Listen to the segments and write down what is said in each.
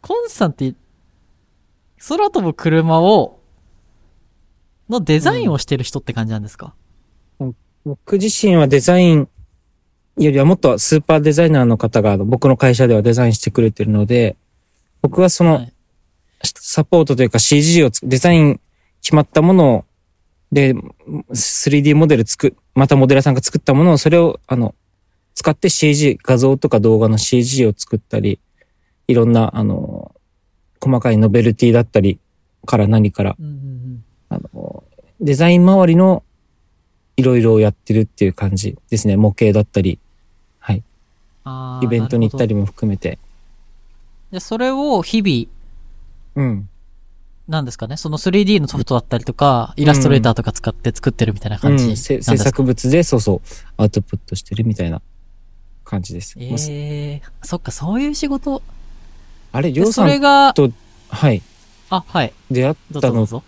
コンさんって空飛ぶ車のデザインをしてる人って感じなんですか？ 僕自身はデザインよりはもっとスーパーデザイナーの方が僕の会社ではデザインしてくれてるので、僕はその、サポートというか CG をデザイン決まったものをで 3D モデルまたモデラーさんが作ったものをそれを使って CG 画像とか動画の CG を作ったり、いろんな細かいノベルティだったりから何から、デザイン周りのいろいろやってるっていう感じですね。模型だったり、はい。イベントに行ったりも含めて。 で、それを日々、なんですかね、その 3D のソフトだったりとか、イラストレーターとか使って作ってるみたいな感じなんですか？ 制作物でそうアウトプットしてるみたいな感じです。 そっか、そういう仕事。 あれ、りょうさんと、はい。 はい。 出会ったのって、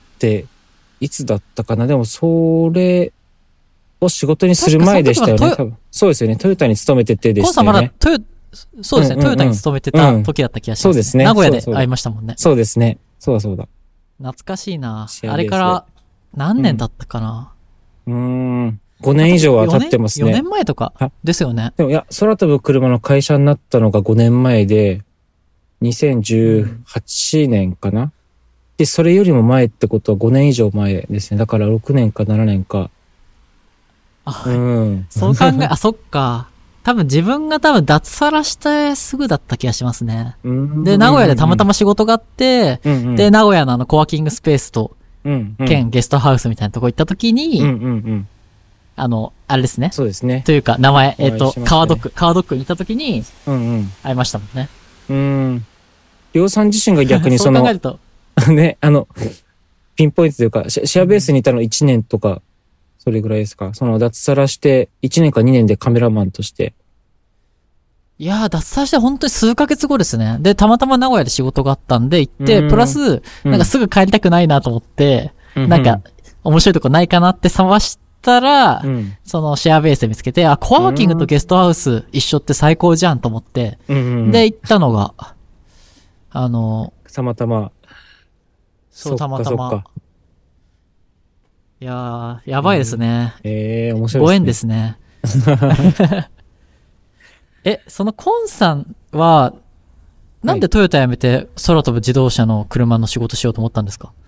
いつだったかな？でも、それを仕事にする前でしたよね、多分。そうですよね。トヨタに勤めててでしたよね。 コンさんまだそうですね、トヨタに勤めてた時だった気がします、 そうですね。 名古屋で会いましたもんね。 そうですね。そうだ。 懐かしいな。あれから何年経ったかな。 5年以上は経ってますね。 4年前とかですよね。 でも空飛ぶ車の会社になったのが5年前で、2018年かな。で、それよりも前ってことは5年以上前ですね。だから6年か7年か。 そう考そっか。多分自分が脱サラしてすぐだった気がしますね。で、名古屋でたまたま仕事があって、で、名古屋のコワーキングスペースと、兼ゲストハウスみたいなとこ行った時に、あれですね。 そうですね。 というか、名前、川ドックに行った時に、会いましたもんね。 りょうさん自身が逆にそう考えると。 ね、ピンポイントというか、シェアベースにいたの1年とか、それぐらいですか？脱サラして、1年か2年でカメラマンとして。 いやー、脱サラして本当に数ヶ月後ですね。で、たまたま名古屋で仕事があったんで行って、プラス、なんかすぐ帰りたくないなと思って、なんか、面白いとこないかなって探したら、そのシェアベースで見つけて、コワーキングとゲストハウス一緒って最高じゃんと思って、で、行ったのが、 たまたま。 そう、たまたま。いやー、やばいですね。 面白いですね。 ご縁ですね。そのコンさんは、なんでトヨタ辞めて空飛ぶ自動車の車の仕事しようと思ったんですか？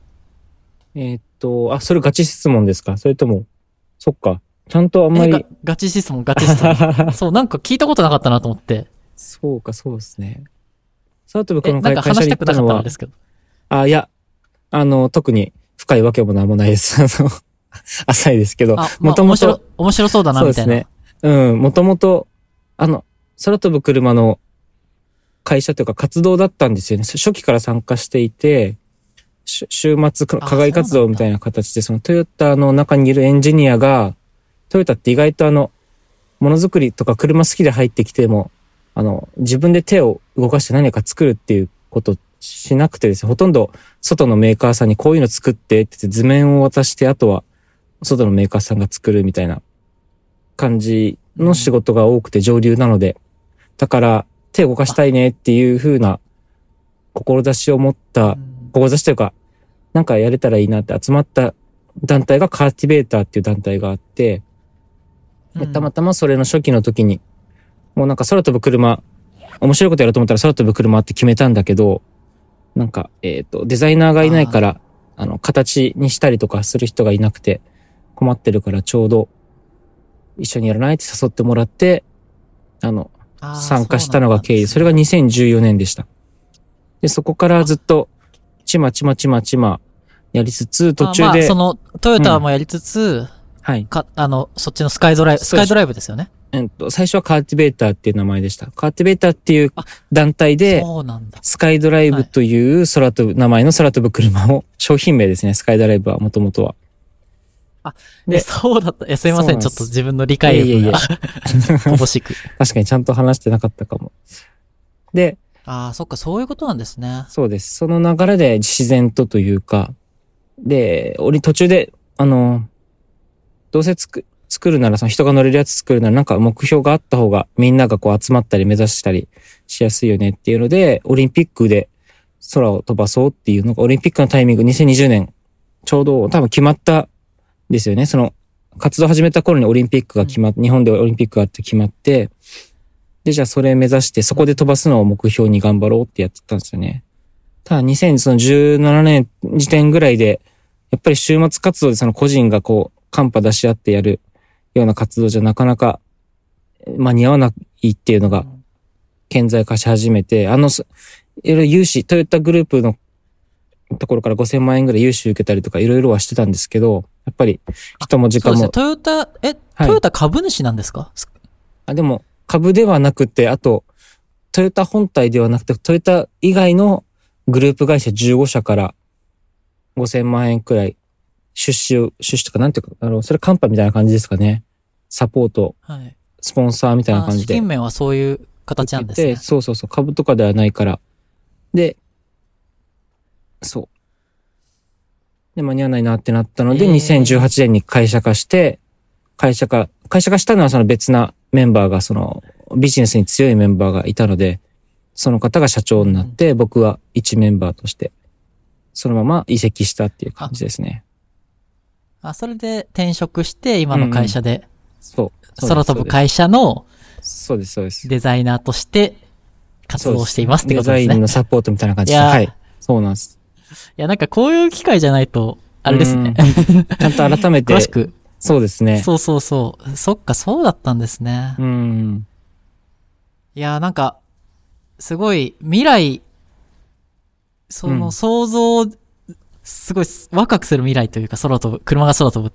それガチ質問ですか？それとも、そっか。ちゃんとあんまり。 ガチ質問。そう、なんか聞いたことなかったなと思って。 そうですね。空飛ぶ車の会社に行ったのは。 なんか話したくなかったんですけど。 いや、特に深いわけもなんもないです。浅いですけど。もともと。 面白そうだな、みたいな。そうですね。もともと、空飛ぶ車の会社というか活動だったんですよね。初期から参加していて、週末課外活動みたいな形で、そのトヨタの中にいるエンジニアが、トヨタって意外とものづくりとか車好きで入ってきても、自分で手を動かして何か作るっていうことしなくてですね、ほとんど外のメーカーさんにこういうの作ってって言って図面を渡して、あとは外のメーカーさんが作るみたいな感じの仕事が多くて上流なので、だから手を動かしたいねっていう風な志を持った、志というか、なんかやれたらいいなって集まった団体がカーティベーターっていう団体があって、たまたまそれの初期の時に、もうなんか空飛ぶ車、面白いことやろうと思ったら空飛ぶ車って決めたんだけど、なんか、デザイナーがいないから、形にしたりとかする人がいなくて困ってるからちょうど一緒にやらないって誘ってもらって、参加したのが経緯。それが2014年でした。で、そこからずっと、ちまちまやりつつ、途中で。 その、トヨタもやりつつ、 はい。 そっちのスカイドライブですよね。 最初はカーティベーターっていう名前でした。カーティベーターっていう団体で、スカイドライブという名前の空飛ぶ車を、商品名ですね、スカイドライブはもともとは。 そうだった。すいません、ちょっと自分の理解力が乏しく。 確かにちゃんと話してなかったかも。で、 そっか、そういうことなんですね。 そうです。その流れで自然とというか、で、途中で、どうせ作るなら、その人が乗れるやつ作るなら、なんか目標があった方がみんながこう集まったり目指したりしやすいよねっていうので、オリンピックで空を飛ばそうっていうのが、オリンピックのタイミング2020年、ちょうど多分決まったんですよね。その、活動始めた頃にオリンピックが日本でオリンピックがあって決まって、で、じゃあそれ目指してそこで飛ばすのを目標に頑張ろうってやってたんですよね。ただ2017年時点ぐらいで、やっぱり週末活動でその個人がこう、カンパ出し合ってやるような活動じゃなかなか間に合わないっていうのが顕在化し始めて、いろいろ融資、トヨタグループのところから5000万円ぐらい融資受けたりとかいろいろはしてたんですけど、やっぱり人も時間も。 そうですね。トヨタ株主なんですか？ でも株ではなくて、あと、トヨタ本体ではなくて、トヨタ以外のグループ会社15社から5000万円くらい出資とかなんていうか、それカンパみたいな感じですかね。サポート、スポンサーみたいな感じで。 資金面はそういう形なんですね。 そうそうそう、株とかではないから。で、そう。で、間に合わないなってなったので、2018年に会社化して、会社化したのはその別なメンバーが、そのビジネスに強いメンバーがいたので、その方が社長になって、僕は一メンバーとして、そのまま移籍したっていう感じですね。 それで転職して、今の会社で、空飛ぶ会社の、 そうです、そうです。 デザイナーとして活動していますってことですね。 デザインのサポートみたいな感じで。はい。そうなんです。 いや、なんかこういう機会じゃないと、あれですね。 ちゃんと改めて。 詳しく。 そうですね。 そう。そっか、そうだったんですね。いや、なんか、すごい、未来、その想像、すごいワクワクする未来というか、車が空飛ぶって。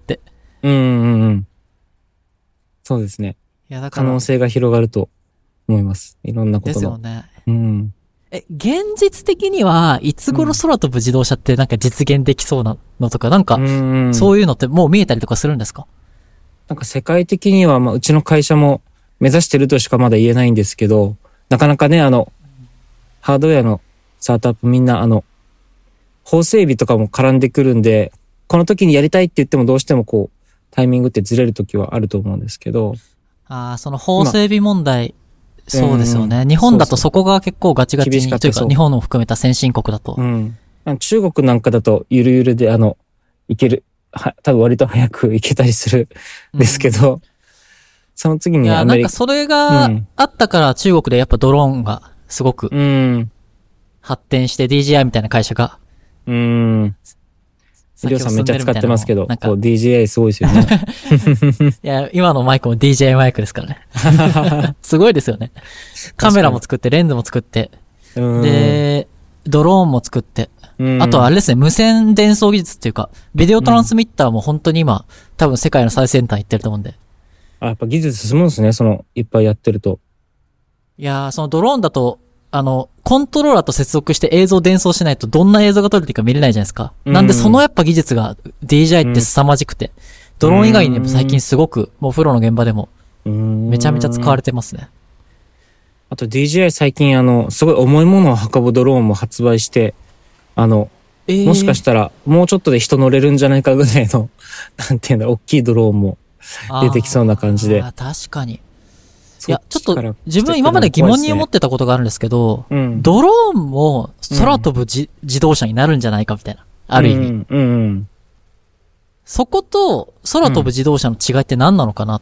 そうですね。 いや、だから。 可能性が広がると思います。いろんなことの。 ですよね。現実的にはいつ頃空飛ぶ自動車ってなんか実現できそうなのとか、なんか、そういうのってもう見えたりとかするんですか？ なんか世界的には、うちの会社も目指してるとしかまだ言えないんですけど、なかなかね、ハードウェアのスタートアップみんな法整備とかも絡んでくるんで、この時にやりたいって言ってもどうしてもこう、タイミングってずれる時はあると思うんですけど。 その法整備問題、そうですよね。日本だとそこが結構ガチガチに、というか日本を含めた先進国だと。 中国なんかだとゆるゆるでいける、多分割と早くいけたりするんですけど、その次になんかそれがあったから中国でやっぱドローンがすごく発展して DJI みたいな会社が。 りょうさんめっちゃ使ってますけど、DJI すごいですよね。 いや、今のマイクも DJI マイクですからね。すごいですよね。カメラも作って、レンズも作って、で、ドローンも作って、あとはあれですね、無線伝送技術っていうか、ビデオトランスミッターも本当に今、多分世界の最先端行ってると思うんで。 やっぱ技術進むんですね、いっぱいやってると。 いやー、そのドローンだと、コントローラーと接続して映像伝送しないとどんな映像が撮れてるか見れないじゃないですか。なんでそのやっぱ技術が DJI って凄まじくて、ドローン以外にも最近すごく、もうプロの現場でも、めちゃめちゃ使われてますね。 あと DJI 最近すごい重いものを運ぶドローンも発売して、もしかしたらもうちょっとで人乗れるんじゃないかぐらいの、なんていうんだ、大きいドローンも出てきそうな感じで。 確かに。いや、ちょっと自分今まで疑問に思ってたことがあるんですけど、ドローンも空飛ぶ自動車になるんじゃないかみたいな。ある意味。そこと空飛ぶ自動車の違いって何なのかなって。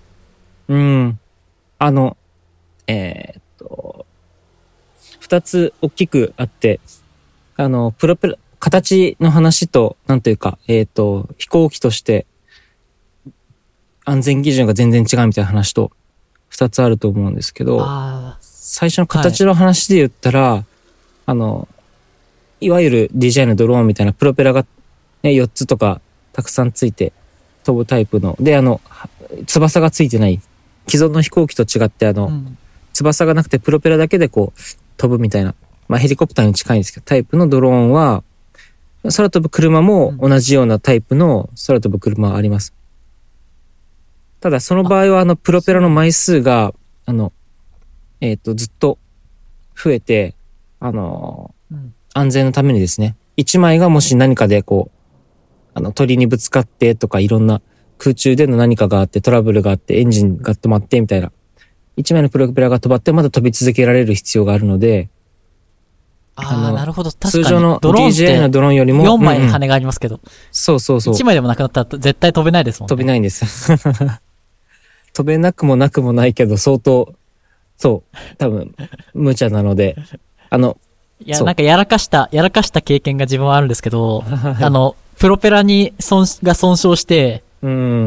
二つ大きくあって、プロペラ、形の話と、なんというか、飛行機として安全基準が全然違うみたいな話と、二つあると思うんですけど、最初の形の話で言ったら、いわゆる DJI のドローンみたいなプロペラが、ね、4つとかたくさんついて飛ぶタイプの、で、翼がついてない、既存の飛行機と違って、翼がなくてプロペラだけでこう飛ぶみたいな、ヘリコプターに近いんですけど、タイプのドローンは、空飛ぶ車も同じようなタイプの空飛ぶ車はあります。ただその場合はプロペラの枚数が、ずっと増えて、安全のためにですね、1枚がもし何かでこう、鳥にぶつかってとかいろんな空中での何かがあってトラブルがあってエンジンが止まってみたいな 1枚のプロペラが飛ばってまだ飛び続けられる必要があるので、 なるほど。確かに。 通常のドローンっ DJI のてドローンよりも、 4枚羽がありますけど、 そうそうそう。 1枚でもなくなったら絶対飛べないですもんね。 飛べないんです。飛べなくもなくもないけど、相当、そう、多分、無茶なので、 いや、 そうなんかやらかした経験が自分はあるんですけど、プロペラに損傷して、 うん。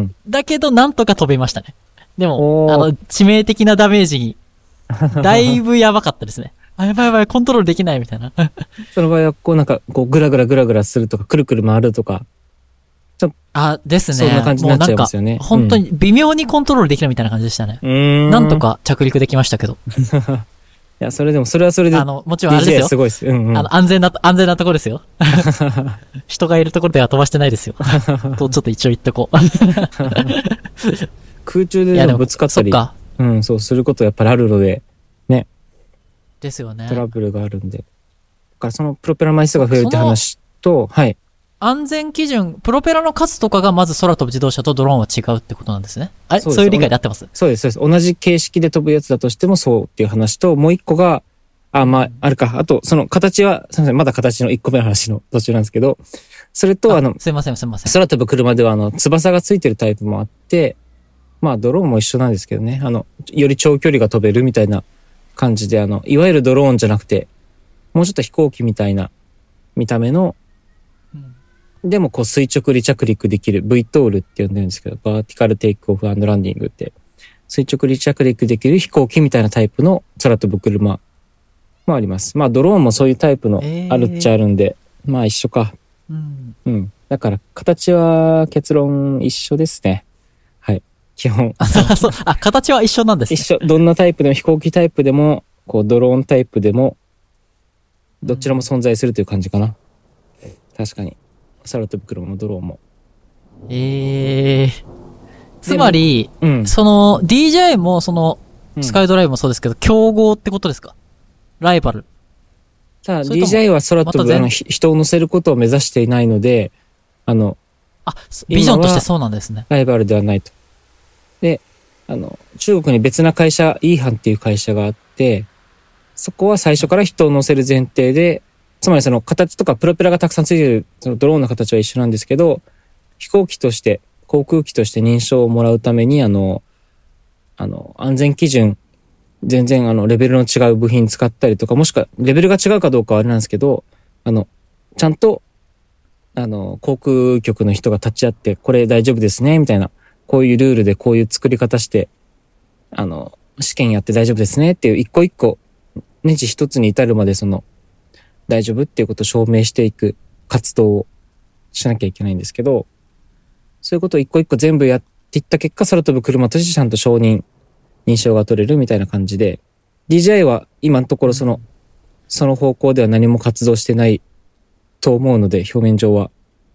だけどなんとか飛べましたね。でも、 おー致命的なダメージに、だいぶやばかったですね。やばいやばい、コントロールできないみたいな。 その場合は、こうなんか、こう、ぐらぐらするとか、くるくる回るとか、 ですね。 そんな感じになっちゃいますよね。 もうなんか、本当に微妙にコントロールできるみたいな感じでしたね。なんと。か着陸できましたけど。 いや、それはそれで、 もちろんあれです DJI よ。 すごいです。うんうん。 安全なとこですよ。人がいるところでは飛ばしてないですよ。と、ちょっと一応言っとこう。 空中でぶつかったり、 そっか。 うん、そうすることやっぱりあるので、 ですよね。 トラブルがあるんで。だからそのプロペラ枚数が増えるって話と、はい。 安全基準、プロペラの数とかがまず空飛ぶ自動車とドローンは違うってことなんですね。そういう理解で合ってます？ そうです。同じ形式で飛ぶやつだとしてもそうっていう話と、もう一個が、あるか。あと、その形は、すみません、まだ形の一個目の話の途中なんですけど、それとすいません。 空飛ぶ車では翼がついてるタイプもあって、ドローンも一緒なんですけどね、より長距離が飛べるみたいな感じで、いわゆるドローンじゃなくて、もうちょっと飛行機みたいな見た目の、でもこう垂直離着陸できる VTOL って呼んでるんですけど、バーティカルテイクオフ&ランディングって、垂直離着陸できる飛行機みたいなタイプの空飛ぶ車もあります。ドローンもそういうタイプのあるっちゃあるんで、一緒か。うん。だから形は結論一緒ですね。はい。基本。 形は一緒なんですね。 一緒。どんなタイプでも飛行機タイプでも、こうドローンタイプでも、どちらも存在するという感じかな。確かに。空飛ぶ車もドローンも。 つまり、その DJI もそのスカイドライブもそうですけど、競合ってことですか？ライバル。 ただ DJI は空飛ぶ人を乗せることを目指していないので、 ビジョンとしてそうなんですね。 ライバルではないと。で、中国に別な会社、イーハンっていう会社があって、そこは最初から人を乗せる前提で、つまりその形とかプロペラがたくさんついてるそのドローンの形は一緒なんですけど、飛行機として、航空機として認証をもらうために安全基準、全然レベルの違う部品使ったりとか、もしくはレベルが違うかどうかはあれなんですけど、ちゃんと、航空局の人が立ち会って、これ大丈夫ですね、みたいな、こういうルールでこういう作り方して、試験やって大丈夫ですねっていう一個一個、ネジ一つに至るまで大丈夫っていうことを証明していく活動をしなきゃいけないんですけど、そういうことを一個一個全部やっていった結果、空飛ぶ車としてちゃんと認証が取れるみたいな感じで、DJI は今のところその方向では何も活動してないと思うので、表面上は、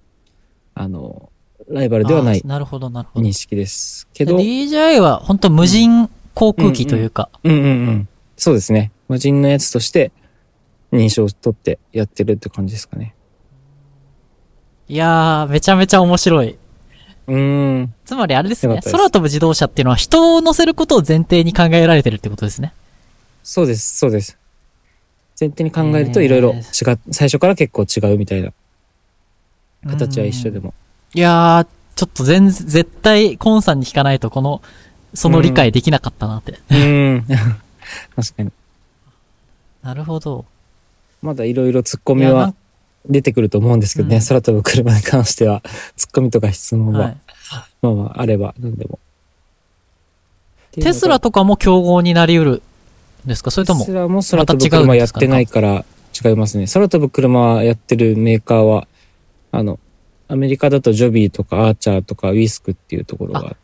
ライバルではない認識ですけど。 DJI は本当無人航空機というか。 そうですね。無人のやつとして認証を取ってやってるって感じですかね。 いやー、めちゃめちゃ面白い。つまりあれですね。空飛ぶ自動車っていうのは人を乗せることを前提に考えられてるってことですね。 そうです。前提に考えるといろいろ違う、最初から結構違うみたいな。形は一緒でも。 いやー、ちょっと絶対コンさんに聞かないとその理解できなかったなって。 確かに。 なるほど。 まだいろいろツッコミは出てくると思うんですけどね、空飛ぶ車に関しては、ツッコミとか質問は、あれば何でも。 テスラとかも競合になり得るんですか？それとも。 テスラも空飛ぶ車やってないから違いますね。空飛ぶ車やってるメーカーは、アメリカだとジョビーとかアーチャーとかウィスクっていうところがあって、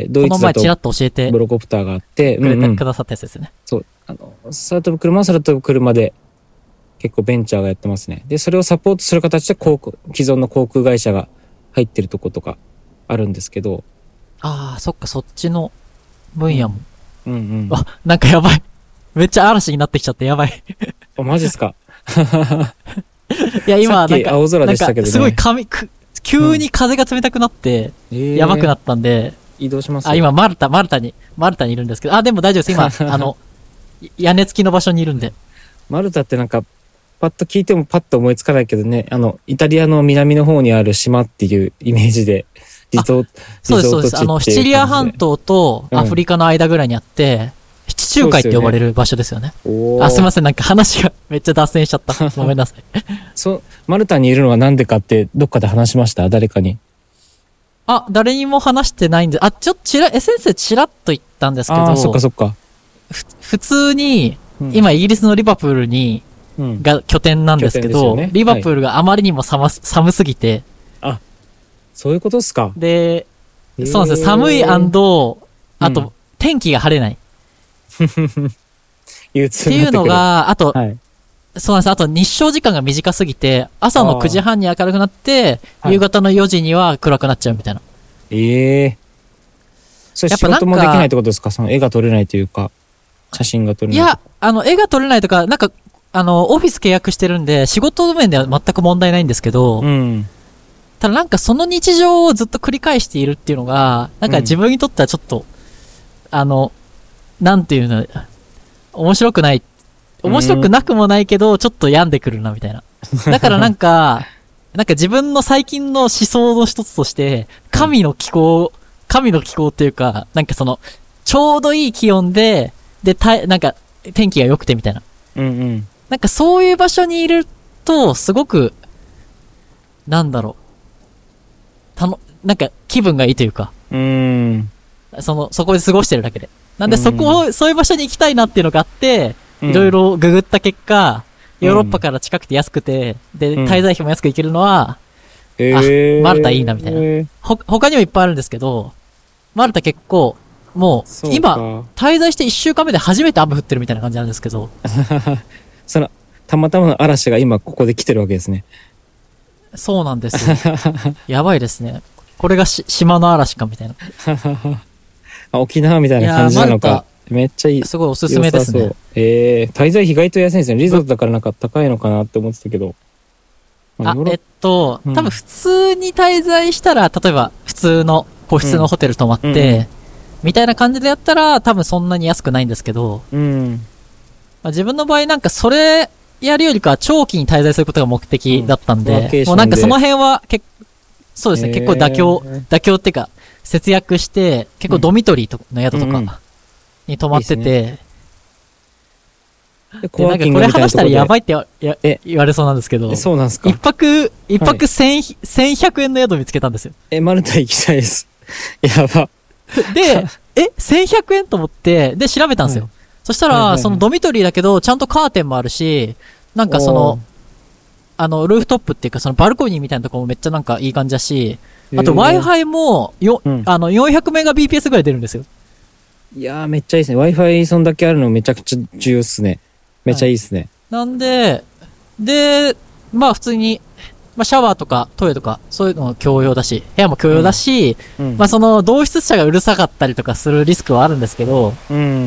ドイツだとブロコプターがあって、 くださったやつですね。 そう。空飛ぶ車は空飛ぶ車で結構ベンチャーがやってますね。で、それをサポートする形で既存の航空会社が入ってるとことかあるんですけど。 そっか、そっちの分野も。なんかやばい。めっちゃ嵐になってきちゃってやばい。 マジっすか？ いや、今、なんか、 青空でしたけどね。 すごい急に風が冷たくなって、やばくなったんで、 移動します。 今、マルタにいるんですけど、でも大丈夫です。今、屋根付きの場所にいるんで。 マルタってなんか、パッと聞いてもパッと思いつかないけどね、イタリアの南の方にある島っていうイメージで、 そうです、そうです。シチリア半島とアフリカの間ぐらいにあって、地中海って呼ばれる場所ですよね。すいません、なんか話がめっちゃ脱線しちゃった。ごめんなさい。 マルタにいるのはなんでかってどっかで話しました？誰かに。 誰にも話してないんで、ちょっと先生チラッと言ったんですけど、 そっかそっか。 普通に、今イギリスのリバプールが拠点なんですけど、リバプールがあまりにも寒すぎて、 そういうことっすか。 で、そうなんですよ。寒いあと、天気が晴れない。っていうのが、そうなんです。あと日照時間が短すぎて、朝の9時半に明るくなって、夕方の4時には暗くなっちゃうみたいな。 それ仕事もできないってことですか？その絵が撮れないというか、写真が撮れない。いや、 絵が撮れないとか、オフィス契約してるんで、仕事面では全く問題ないんですけど、ただなんかその日常をずっと繰り返しているっていうのが、なんか自分にとってはちょっと、なんていうの、面白くなくもないけど、ちょっと病んでくるな、みたいな。だからなんか自分の最近の思想の一つとして、神の気候っていうか、なんかちょうどいい気温で、なんか天気が良くてみたいな。なんかそういう場所にいると、すごく、なんだろう。なんか気分がいいというか。そこで過ごしてるだけで。なんでそういう場所に行きたいなっていうのがあって、いろいろググった結果、ヨーロッパから近くて安くて、で、滞在費も安く行けるのは、マルタいいなみたいな。他にもいっぱいあるんですけど、マルタ結構、もう、今、滞在して1週間目で初めて雨降ってるみたいな感じなんですけど。 たまたまの嵐が今ここで来てるわけですね。 そうなんですよ。やばいですね。これが島の嵐かみたいな。 沖縄みたいな感じなのか。めっちゃいい。 すごいおすすめですね。 滞在費意外と安いんですよね。リゾートだからなんか高いのかなって思ってたけど。 多分普通に滞在したら、例えば普通の個室のホテル泊まって、みたいな感じでやったら多分そんなに安くないんですけど、自分の場合なんかそれやるよりかは長期に滞在することが目的だったんで、もうなんかその辺はそうですね、結構妥協っていうか、節約して、結構ドミトリーの宿とかに泊まってて、なんかこれ話したらやばいって言われそうなんですけど、 そうなんですか。 一泊1100円の宿見つけたんですよ。 マルタ行きたいです。やば。 で、1100円と思って、で、調べたんですよ。そしたら、そのドミトリーだけど、ちゃんとカーテンもあるし、なんかルーフトップっていうか、そのバルコニーみたいなところもめっちゃなんかいい感じだし、あと Wi-Fi も400メガ BPS ぐらい出るんですよ。 いやーめっちゃいいですね。Wi-Fi そんだけあるのめちゃくちゃ重要っすね。めっちゃいいっすね。 なんで、まあ普通に、シャワーとかトイレとかそういうのも共用だし、部屋も共用だし、まあその同室者がうるさかったりとかするリスクはあるんですけど、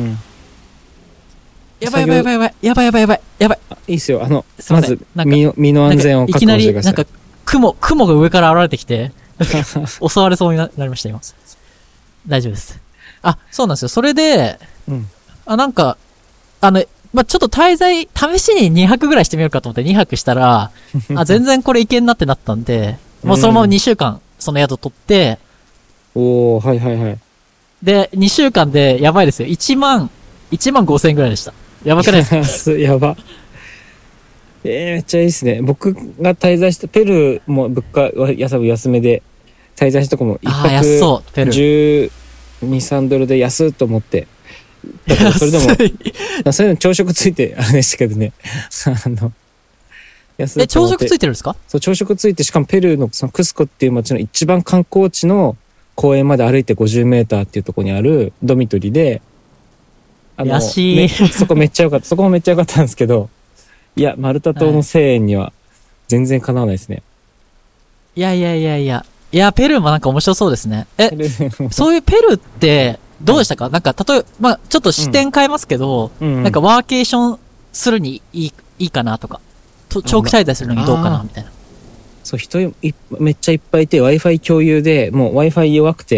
やばい。 いいっすよ。まず、身の安全を確保してください。いきなり、 なんか、雲が上から現れてきて、襲われそうになりました、今。大丈夫です。そうなんですよ。それで、なんか、まあ、ちょっと滞在、試しに2泊ぐらいしてみようかと思って2泊したら、全然これいけんなってなったんで、もうそのまま2週間、その宿取って、 はい。 で、2週間で、やばいですよ。1万5千円ぐらいでした。やばくないですか？ やば。めっちゃいいっすね。僕が滞在したペルーも物価は安めで滞在したとこも1泊12、3ドルで安っと思って。だからそれでも、それでも朝食ついてあれでしたけどね。 朝食ついてるんですか？ そう、朝食ついて、しかもペルーのそのクスコっていう街の一番観光地の公園まで歩いて50メーターっていうところにあるドミトリで、そこめっちゃ良かった。そこもめっちゃ良かったんですけど、いや、マルタ島の1000円には全然かなわないですね。 いや、ペルーもなんか面白そうですね。そういうペルーって、どうでしたか？なんか、例えば、まあ、ちょっと視点変えますけど、なんかワーケーションするにいいかなとか、長期滞在するのにどうかなみたいな。 そう、人めっちゃいっぱいいて、Wi-Fi 共有で、もう Wi-Fi 弱くて、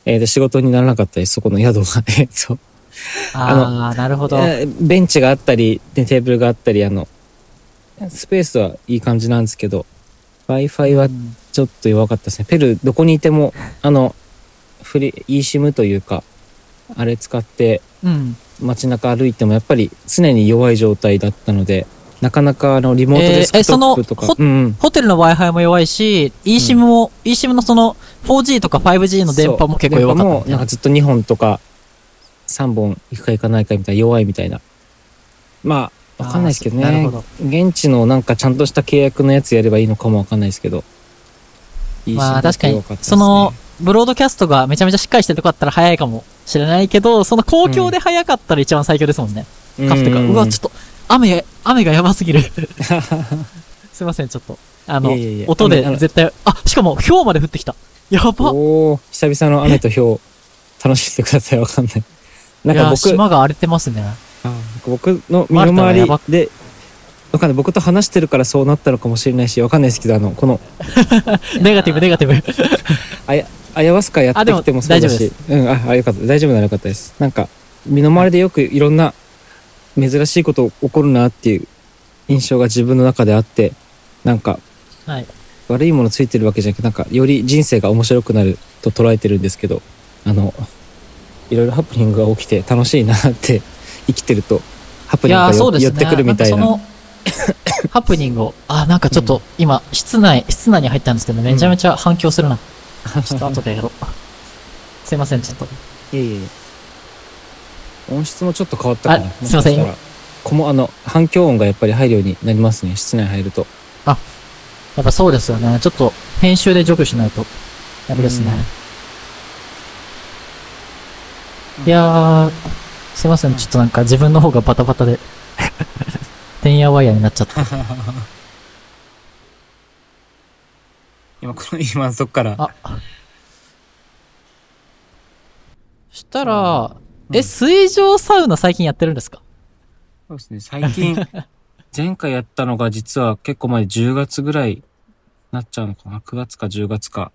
仕事にならなかったです、そこの宿が。 なるほど。 ベンチがあったり、でテーブルがあったり、スペースはいい感じなんですけど、Wi-Fi はちょっと弱かったですね。ペルーどこにいても、eSIM というか、あれ使って、街中歩いてもやっぱり常に弱い状態だったので、なかなかリモートデスクトップとか。 ホテルの Wi-Fi も弱いし、eSIM も、eSIM のその 4G とか 5G の電波も結構弱かったみたいな。 なんかずっと2本とか3本行くか行かないかみたいな、弱いみたいな。まあ、わかんないですけどね。現地のなんかちゃんとした契約のやつやればいいのかもわかんないですけど。 まあ確かに、その、ブロードキャストがめちゃめちゃしっかりしてるとこだったら早いかもしれないけど、その公共で早かったら一番最強ですもんね。カフェとか。うわ、ちょっと、雨がやばすぎる。すいません、ちょっと。音で絶対、しかも、氷まで降ってきた。やば。 おー、久々の雨と氷、楽しんでください、わかんない。 なんか島が荒れてますね。 僕の身の回りで、わかんない。僕と話してるからそうなったのかもしれないし、わかんないですけど、この。 ネガティブ。 アヤワスカやってきてもそうだし。よかった。大丈夫ならよかったです。なんか、身の回りでよくいろんな珍しいこと起こるなっていう印象が自分の中であって、なんか、悪いものついてるわけじゃなくて、なんか、より人生が面白くなると捉えてるんですけど、いろいろハプニングが起きて楽しいなって生きてると、ハプニングが寄ってくるみたいな。 ハプニングを、なんかちょっと今、室内に入ったんですけど、めちゃめちゃ反響するな。ちょっと後でやろう。すいません、ちょっと。 いえ。音質もちょっと変わったかな。 すいません。 反響音がやっぱり入るようになりますね、室内入ると。 やっぱそうですよね。ちょっと、編集で除去しないと。やるですね。いやー、すいません、ちょっとなんか自分の方がバタバタで。てんやわんやになっちゃった。 今そっから。 したら、水上サウナ最近やってるんですか？ そうですね、最近、前回やったのが実は結構前10月ぐらいなっちゃうのかな。9月か10月か。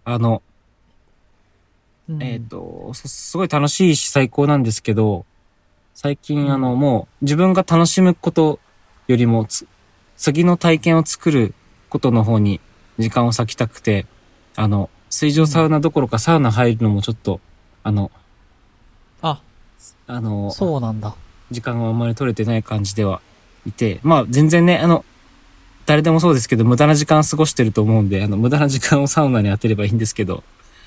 すごい楽しいし最高なんですけど、最近もう自分が楽しむことよりも次の体験を作ることの方に時間を割きたくて、水上サウナどころかサウナ入るのもちょっと、 そうなんだ。 時間があんまり取れてない感じではいて、まあ全然ね、誰でもそうですけど、無駄な時間過ごしてると思うんで、無駄な時間をサウナに当てればいいんですけど。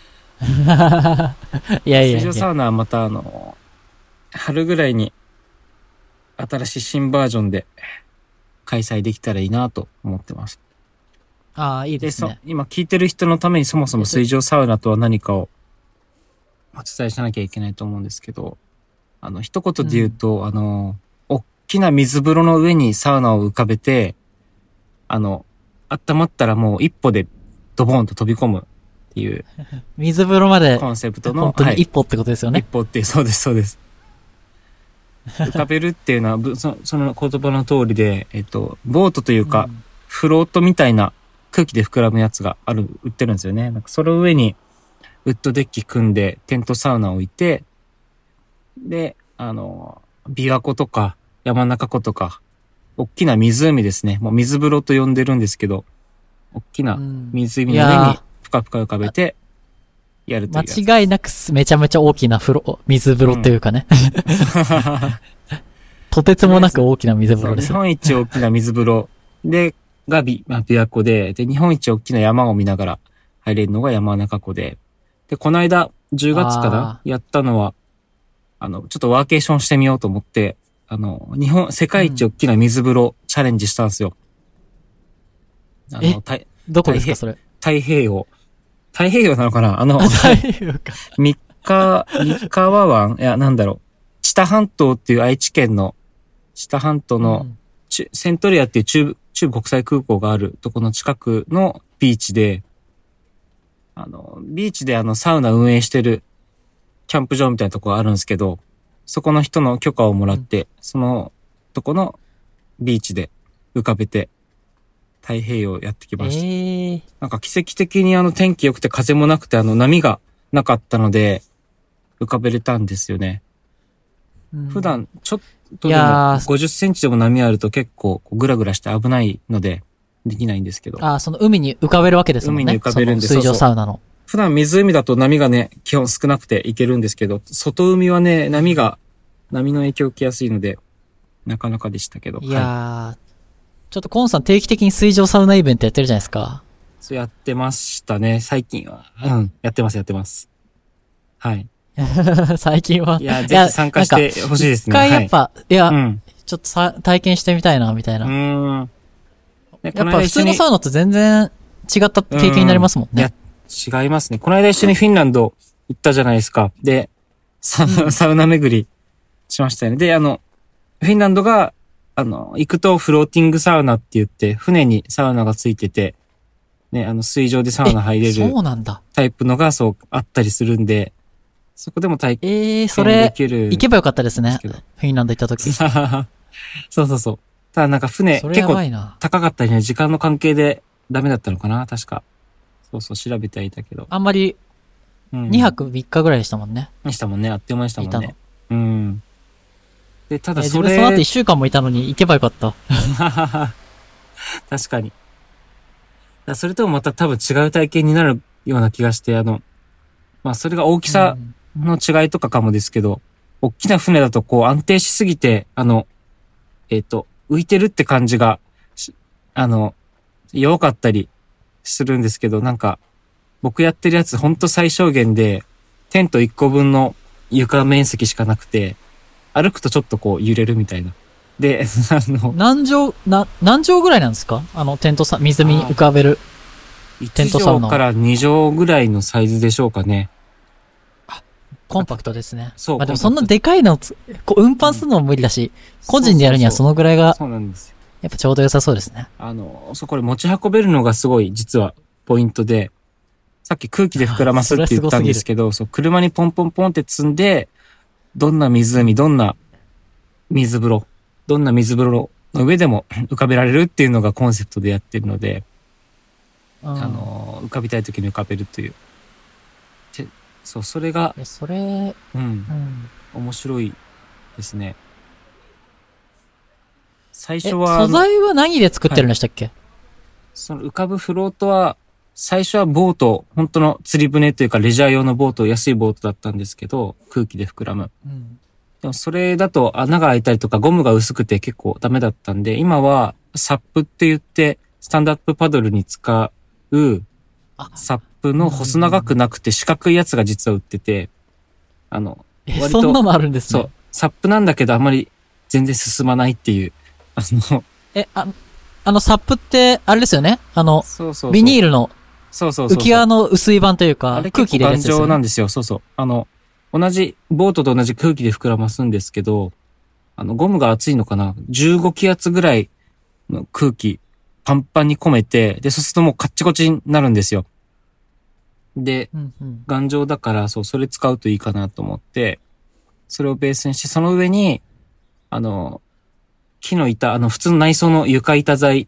いや。 水上サウナはまた春ぐらいに新しい新バージョンで開催できたらいいなと思ってます。 いいですね。 今聞いてる人のためにそもそも水上サウナとは何かをお伝えしなきゃいけないと思うんですけど、一言で言うと、大きな水風呂の上にサウナを浮かべて、温まったらもう一歩でドボンと飛び込むっていう。 水風呂まで。 コンセプトの。 本当に一歩ってことですよね。 一歩って、そうです、そうです。浮かべるっていうのは、その言葉の通りで、ボートというか、フロートみたいな空気で膨らむやつが売ってるんですよね。なんかその上に、ウッドデッキ組んで、テントサウナを置いて、で、琵琶湖とか、山中湖とか、大きな湖ですね。もう水風呂と呼んでるんですけど、大きな湖の上に、ぷかぷか浮かべて、やるというやつ。 間違いなくめちゃめちゃ大きな水風呂っていうかね。とてつもなく大きな水風呂です。 日本一大きな水風呂で、琵琶湖で、日本一大きな山を見ながら入れるのが山中湖で、で、この間、10月からやったのは、ちょっとワーケーションしてみようと思って、世界一大きな水風呂チャレンジしたんですよ。 どこですか、それ。 太平洋なのかな太平洋か。 三河湾知多半島っていう愛知県の、知多半島の、セントレアっていう中部国際空港があるとこの近くのビーチで、ビーチでサウナ運営してるキャンプ場みたいなとこがあるんですけど、そこの人の許可をもらって、そのとこのビーチで浮かべて太平洋やってきました。なんか奇跡的に天気良くて風もなくて波がなかったので、 浮かべれたんですよね。普段、ちょっとでもいやー 50センチでも波あると結構グラグラして危ないので、できないんですけど。 その海に浮かべるわけですもんね。 海に浮かべるんでその水上サウナの。 普段湖だと波がね、基本少なくていけるんですけど、外海はね、波の影響を受けやすいので、なかなかでしたけど。 いやー、ちょっとコンさん定期的に水上サウナイベントやってるじゃないですか。 そうやってましたね、最近は。やってます。はい。 最近は。 いや、ぜひ参加してほしいですね。 一回やっぱ、 はい、 ちょっと体験してみたいな、みたいな。やっぱ普通のサウナと全然違った経験になりますもんね。 いや、違いますね。この間一緒にフィンランド行ったじゃないですか。で、サウナ巡りしましたよね。で、フィンランドが、行くとフローティングサウナって言って、船にサウナがついてて、ね、水上でサウナ入れるそうなんだ。 タイプのがそうあったりするんで、そこでも体験できる。 それ、行けばよかったですね。フィンランド行った時。 そう。ただなんか船、結構高かったりね、時間の関係でダメだったのかな、確か。そう調べてはいたけど。 あんまり、2泊3日ぐらいでしたもんね。 でしたもんね、あっという間でしたもんね。で、ただ自分その後1週間もいたのに行けばよかった。 確かに。それともまた多分違う体験になるような気がして、それが大きさの違いとかかもですけど、大きな船だとこう安定しすぎて、浮いてるって感じが、弱かったりするんですけど、なんか、僕やってるやつほんと最小限で、テント1個分の床面積しかなくて、歩くとちょっとこう揺れるみたいな。で、 何畳ぐらいなんですか？テント水に浮かべる。テントサウナ。 1畳から2畳ぐらいのサイズでしょうかね。 コンパクトですね。 そう。 でもそんなでかいの運搬するのも無理だし、個人でやるにはそのぐらいが、 そうなんですよ。 やっぱちょうど良さそうですね。 これ持ち運べるのがすごい実はポイントで、さっき空気で膨らますって言ったんですけど、車にポンポンポンって積んで、どんな湖、どんな水風呂の上でも浮かべられるっていうのがコンセプトでやってるので、浮かびたい時に浮かべるという。それが、面白いですね。最初は。 素材は何で作ってるんでしたっけ？ その浮かぶフロートは、最初はボート、本当の釣り船というかレジャー用のボート、安いボートだったんですけど、空気で膨らむ。でもそれだと穴が開いたりとかゴムが薄くて結構ダメだったんで、今はサップって言って、スタンドアップパドルに使う、サップの細長くなくて四角いやつが実は売ってて、割とそんなのあるんですね。 そう。サップなんだけどあんまり全然進まないっていう。サップって、あれですよね。 そうビニールの、 浮き輪の薄い版というか、空気入れるやつですよね。 頑丈なんですよ。同じ、ボートと同じ空気で膨らますんですけど、ゴムが厚いのかな ?15 気圧ぐらいの空気、パンパンに込めて、で、そうするともうカッチコチになるんですよ。で、頑丈だから、それ使うといいかなと思って、それをベースにして、その上に、木の板、普通の内装の床板材、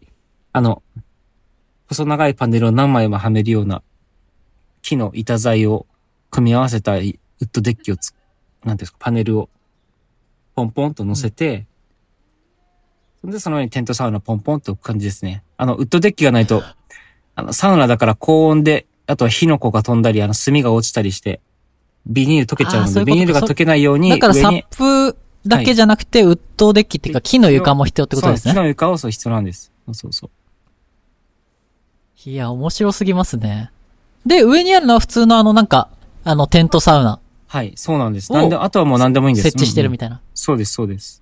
細長いパネルを何枚もはめるような木の板材を組み合わせたウッドデッキをなんていうんですか、パネルをポンポンと乗せて、で、その上にテントサウナポンポンと置く感じですね。ウッドデッキがないと、サウナだから高温で、あとは火の粉が飛んだり、炭が落ちたりして、ビニール溶けちゃうので、ビニールが溶けないようにだからサップだけじゃなくて、ウッドデッキっていうか木の床も必要ってことですね。 木の床を必要なんです。 いや、面白すぎますね。で、上にあるのは普通のテントサウナ。 はい、そうなんです。あとはもう何でもいいんです。 設置してるみたいな。 そうです。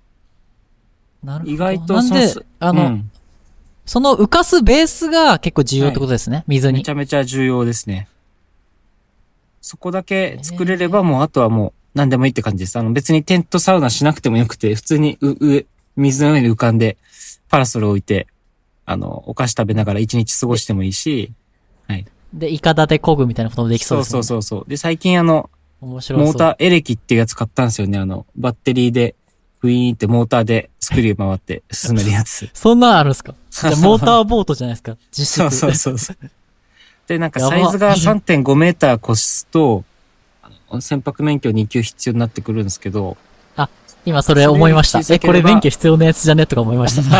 なるほど。 意外となんで、その浮かすベースが結構重要ってことですね、水に。 めちゃめちゃ重要ですね。そこだけ作れればもうあとはもう何でもいいって感じです。別にテントサウナしなくてもよくて、普通に水の上に浮かんで、パラソルを置いて、お菓子食べながら一日過ごしてもいいし、はい。 で、イカダで漕ぐみたいなこともできそうですね。 そう。で、最近面白そう。 モーターエレキっていうやつ買ったんですよね。バッテリーで、ウィーンってモーターでスクリュー回って進めるやつ。 そんなんあるんですか？じゃあモーターボートじゃないですか。実質。 そう。で、なんかサイズが 3.5 メーター越すと、 船舶免許2級必要になってくるんですけど。 あ、今それ思いました。これ免許必要なやつじゃねとか思いました。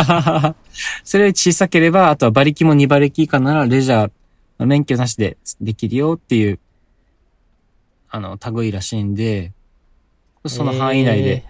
それより小さければ、あとは馬力も2馬力以下ならレジャー、免許なしでできるよっていう、類らしいんで、その範囲内で、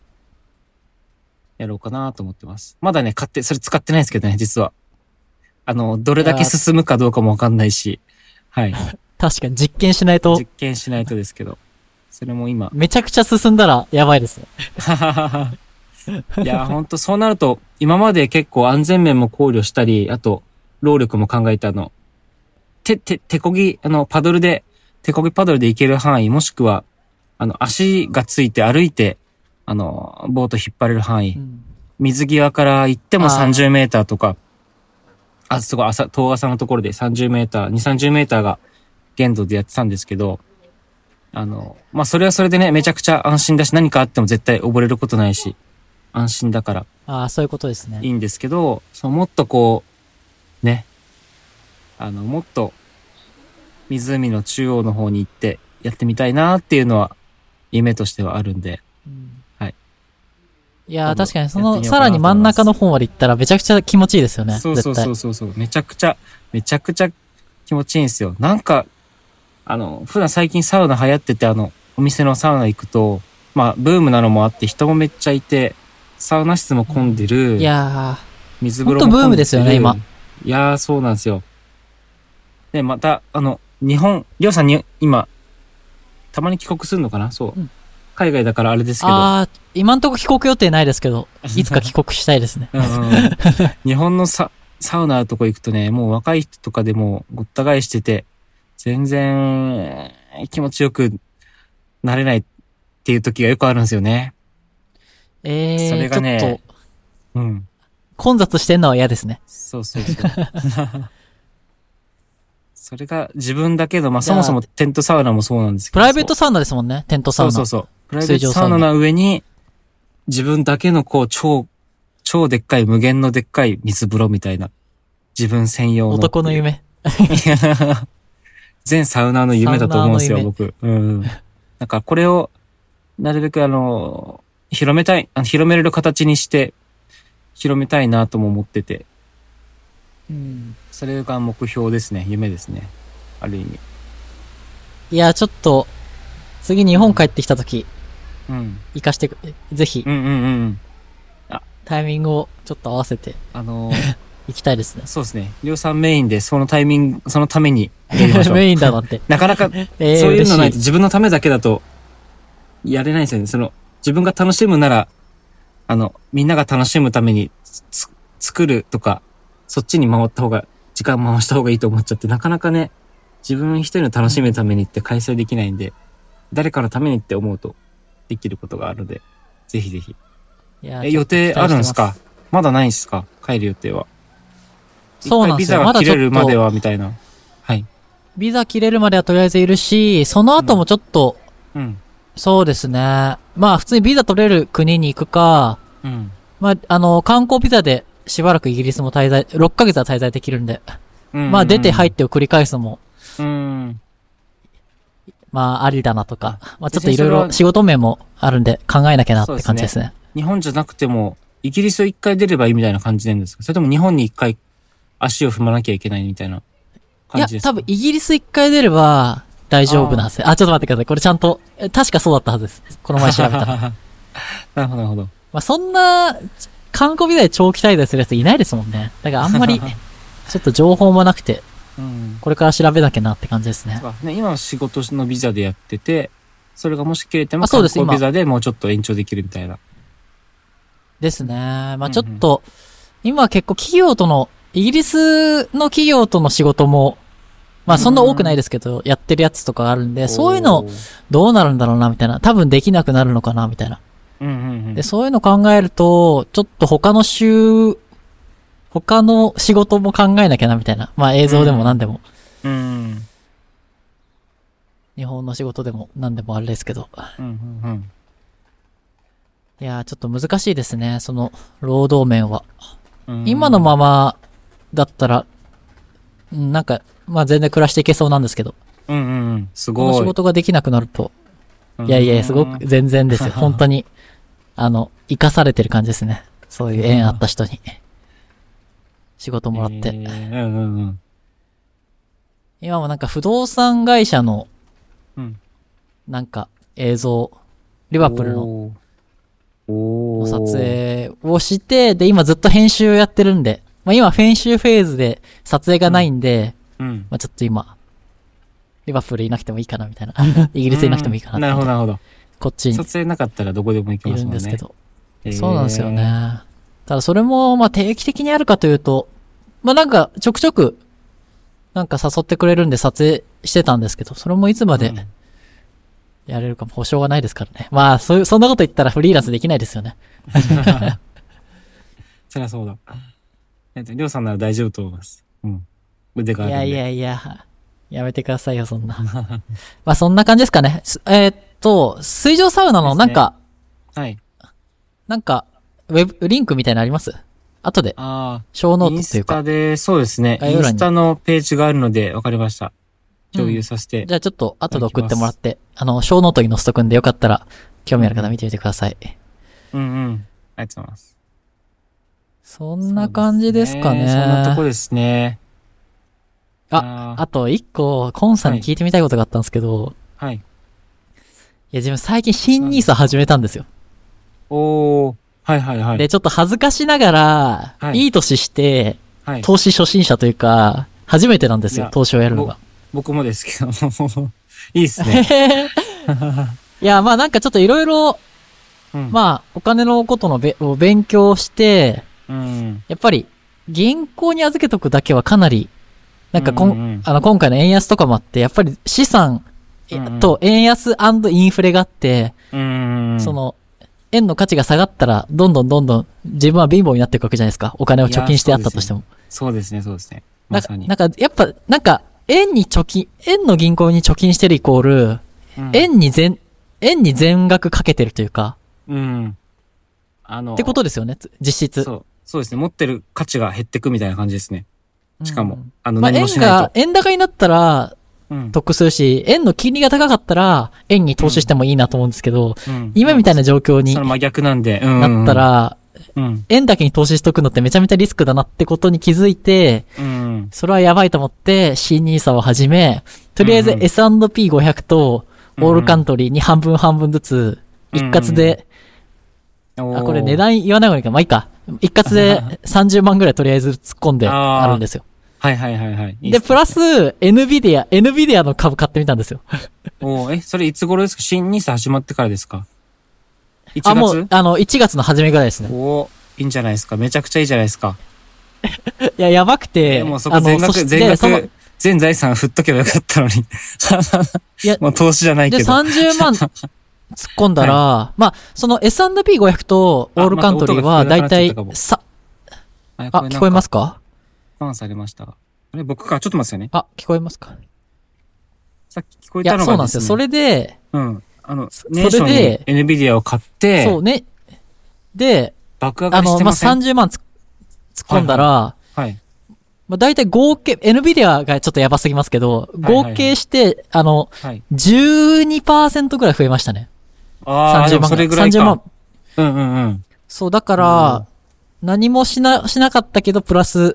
やろうかなと思ってます。まだね、それ使ってないですけどね、実は。どれだけ進むかどうかもわかんないし、はい。 確かに実験しないと。 実験しないとですけど。それも今。 めちゃくちゃ進んだらやばいですね。 いや、ほんとそうなると、今まで結構安全面も考慮したり、あと、労力も考えた手漕ぎ、パドルで、手漕ぎパドルで行ける範囲、もしくは、足がついて歩いて、ボート引っ張れる範囲、水際から行っても30メーターとか、すごい遠浅のところで30メーター、2、30メーターが限度でやってたんですけど、まあ、それはそれでね、めちゃくちゃ安心だし、何かあっても絶対溺れることないし、安心だから。 ああ、そういうことですね。 いいんですけど、もっとこう、ね、もっと、湖の中央の方に行ってやってみたいなっていうのは、夢としてはあるんで、はい。 いやー、確かにさらに真ん中の方まで行ったらめちゃくちゃ気持ちいいですよね。 そう。めちゃくちゃ気持ちいいんですよ。なんか、普段最近サウナ流行ってて、お店のサウナ行くと、まあ、ブームなのもあって人もめっちゃいて、サウナ室も混んでる。 いやー、 水風呂も混んでる。 ほんとブームですよね、今。 いやー、そうなんですよ。で、また、りょうさんに、今、たまに帰国するのかなそう。海外だからあれですけど。 今んとこ帰国予定ないですけど、いつか帰国したいですね。 日本のサウナのとこ行くとね、もう若い人とかでもごった返してて、全然気持ちよくなれないっていう時がよくあるんですよね。それがね、ちょっと、 混雑してんのは嫌ですね。 そう。それが自分だけど、まあ、そもそもテントサウナもそうなんですけど。 プライベートサウナですもんね、テントサウナ。 そう。プライベートサウナの上に、自分だけのこう、超でっかい、無限のでっかい水風呂みたいな。自分専用の。 男の夢。 全サウナーの夢だと思うんですよ、僕。だからこれを、なるべく広めれる形にして、広めたいなとも思ってて。それが目標ですね、夢ですね。ある意味。 いや、ちょっと、次日本帰ってきたとき、行かしてぜひ、タイミングをちょっと合わせて、行きたいですね。 そうですね。りょうさんメインで、そのためにやりましょう。 メインだなんて。 なかなか、そういうのないと自分のためだけだと、やれないですよね。自分が楽しむなら、みんなが楽しむために作るとか、そっちに時間回した方がいいと思っちゃって、なかなかね、自分一人の楽しむためにって開催できないんで、誰かのためにって思うと、できることがあるので、ぜひぜひ。予定あるんですか？まだないんですか？帰る予定は。 そうなんですよ。 ビザが切れるまでは、みたいな。はい。 ビザ切れるまではとりあえずいるし、その後もちょっと、そうですね。まあ普通にビザ取れる国に行くか、まあ観光ビザでしばらくイギリスも6ヶ月は滞在できるんで、まあ出て入ってを繰り返すのも、まあありだなとか、まあちょっといろいろ仕事面もあるんで考えなきゃなって感じですね。 日本じゃなくても、イギリスを一回出ればいいみたいな感じなんですか？それとも日本に一回足を踏まなきゃいけないみたいな感じですか？ いや、多分イギリス一回出れば大丈夫なんですよ。ちょっと待ってください。これちゃんと、確かそうだったはずです。この前調べたら。 なるほど。 まあそんな、観光ビザで長期滞在するやついないですもんね。だからあんまり、ちょっと情報もなくて、これから調べなきゃなって感じですね。 今は仕事のビザでやってて、それがもし切れても観光ビザでもうちょっと延長できるみたいな。 ですね。まあちょっと、今は結構イギリスの企業との仕事も、まあそんな多くないですけど、やってるやつとかあるんで、そういうのどうなるんだろうなみたいな。多分できなくなるのかなみたいな。で、そういうの考えると、ちょっと他の仕事も考えなきゃなみたいな。まあ映像でも何でも。日本の仕事でも何でもあれですけど。いやーちょっと難しいですね。その、労働面は。今のままだったら、なんか、まあ全然暮らしていけそうなんですけど。 すごい。 この仕事ができなくなると、 いやいや、すごく全然ですよ。本当に、生かされてる感じですね。そういう縁あった人に。仕事もらって。今もなんか不動産会社の、なんか映像、リバプールの撮影をして、で、今ずっと編集やってるんで、まあ今編集フェーズで撮影がないんで、まあちょっと今、リバプールいなくてもいいかなみたいな。イギリスいなくてもいいかな。 なるほど、なるほど。 こっちに。 撮影なかったらどこでも行けますもんね。 いるんですけど。そうなんですよね。ただそれも、まあ定期的にあるかというと、まあなんかちょくちょく、なんか誘ってくれるんで撮影してたんですけど、それもいつまでやれるかも保証がないですからね。まあそんなこと言ったらフリーランスできないですよね。 そりゃそうだ。りょうさんなら大丈夫と思います。腕があるんで。 いや、やめてくださいよ、そんな。まあそんな感じですかね。水上サウナのなんか、 はい。 なんか、リンクみたいなのあります後で。小ノートっていうか。 インスタで、そうですね。インスタのページがあるので、わかりました。共有させて、 じゃあちょっと後で送ってもらって、小ノートに載せとくんでよかったら、興味ある方見てみてください。 ありがとうございます。 そんな感じですかね。 そんなとこですね。 あと一個、コンさんに聞いてみたいことがあったんですけど、 はい。 いや、自分最近新ニーサ始めたんですよ。 はい。 で、ちょっと恥ずかしながら、いい年して、投資初心者というか、初めてなんですよ、投資をやるのが。 僕もですけど、いいっすね。 いや、まあなんかちょっといろいろ、まあ、お金のことを勉強して、やっぱり、銀行に預けとくだけはかなり、なんか今回の円安とかもあって、やっぱり資産と円安&インフレがあって、その、円の価値が下がったら、どんどん自分は貧乏になっていくわけじゃないですか。お金を貯金してあったとしても。 そうですね。まさに。 なんか、やっぱ、なんか、円の銀行に貯金してるイコール、円に全額かけてるというか、ってことですよね、実質。 そうですね。持ってる価値が減ってくみたいな感じですね。しかも、何もしないと。 円高になったら、得するし、円の金利が高かったら、円に投資してもいいなと思うんですけど、今みたいな状況に真逆なんで、 なったら、円だけに投資しとくのってめちゃめちゃリスクだなってことに気づいて、それはやばいと思って、新ニーサを始め、とりあえず S&P500 と、オールカントリーに半分ずつ、一括で、これ値段言わない方がいいか、まあいいか。一括で30万ぐらいとりあえず突っ込んであるんですよ。 はい。 で、プラス、NVIDIA の株買ってみたんですよ。 それいつ頃ですか？新ニーサ始まってからですか？1月？ もう、1月の初めぐらいですね。 いいんじゃないですか。めちゃくちゃいいじゃないですか。 いや、やばくて。 もうそこ全財産振っとけばよかったのに。いや、もう投資じゃないけど。 で、30万突っ込んだら、まあ、その S&P500 とオールカントリーはだいたい聞こえますか？ バンされました。僕か、ちょっと待ってよね。 聞こえますか？ さっき聞こえたのがですね。いや、 そうなんですよ。それで、 年初に NVIDIA を買って、 そうね。で、 爆上がりしてません？ まあ、30万突っ込んだら、まあ、大体合計、NVIDIA がちょっとやばすぎますけど、合計して、12% ぐらい増えましたね。 30万。それぐらいか。 30万。そう、だから、何もしなかったけど、プラス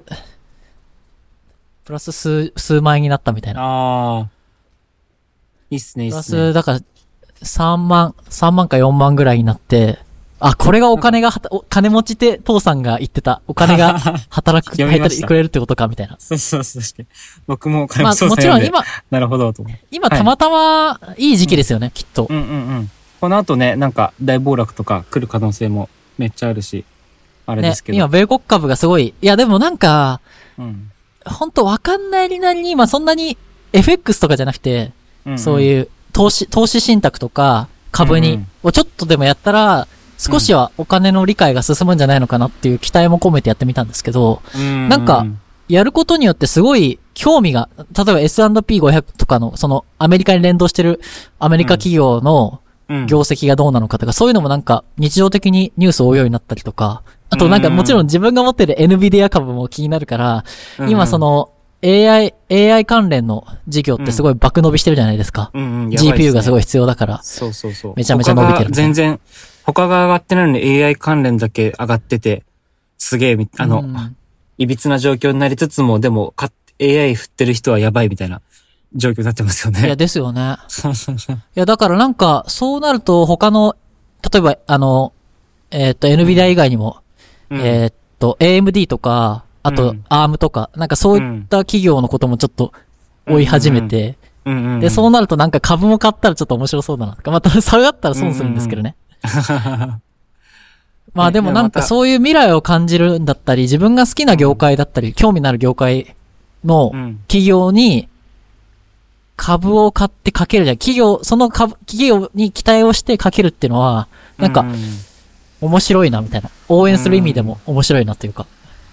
数万円になったみたいな。 いいっすね。 プラス、だから、3万か4万ぐらいになって、これが金持ちって父さんが言ってた。お金が働くくれるってことか、みたいな。 そう。僕もお金持ちもちろん今、 なるほどと。 今たまたまいい時期ですよね、きっと。 この後ね、なんか大暴落とか来る可能性もめっちゃあるし、あれですけど。 今、米国株がすごい。いや、でもなんか、ほんとわかんないなりに、まあそんなに FX とかじゃなくて、そういう投資信託とか株に、をちょっとでもやったら、少しはお金の理解が進むんじゃないのかなっていう期待も込めてやってみたんですけど、なんか、やることによってすごい興味が、例えば S&P500 とかの、そのアメリカに連動してるアメリカ企業の業績がどうなのかとか、そういうのもなんか日常的にニュースを追うようになったりとか、あとなんかもちろん自分が持ってる NVIDIA 株も気になるから、今その AI 関連の事業ってすごい爆伸びしてるじゃないですか。 やばいですね。 GPU がすごい必要だから。 そうそうそう。 めちゃめちゃ伸びてる。 全然、他が上がってないのに AI 関連だけ上がってて、すげえ、いびつな状況になりつつも、でも、AI 振ってる人はやばいみたいな状況になってますよね。 いや、ですよね。いや、だからなんか、そうなると他の、例えば、NVIDIA 以外にも、AMD とか、あと、ARM とか、なんかそういった企業のこともちょっと追い始めて、で、そうなるとなんか株も買ったらちょっと面白そうだなとか、また下がったら損するんですけどね。まあでもなんかそういう未来を感じるんだったり、自分が好きな業界だったり、興味のある業界の企業に株を買ってかけるじゃん。その企業に期待をしてかけるっていうのは、なんか、面白いなみたいな。応援する意味でも面白いなというか。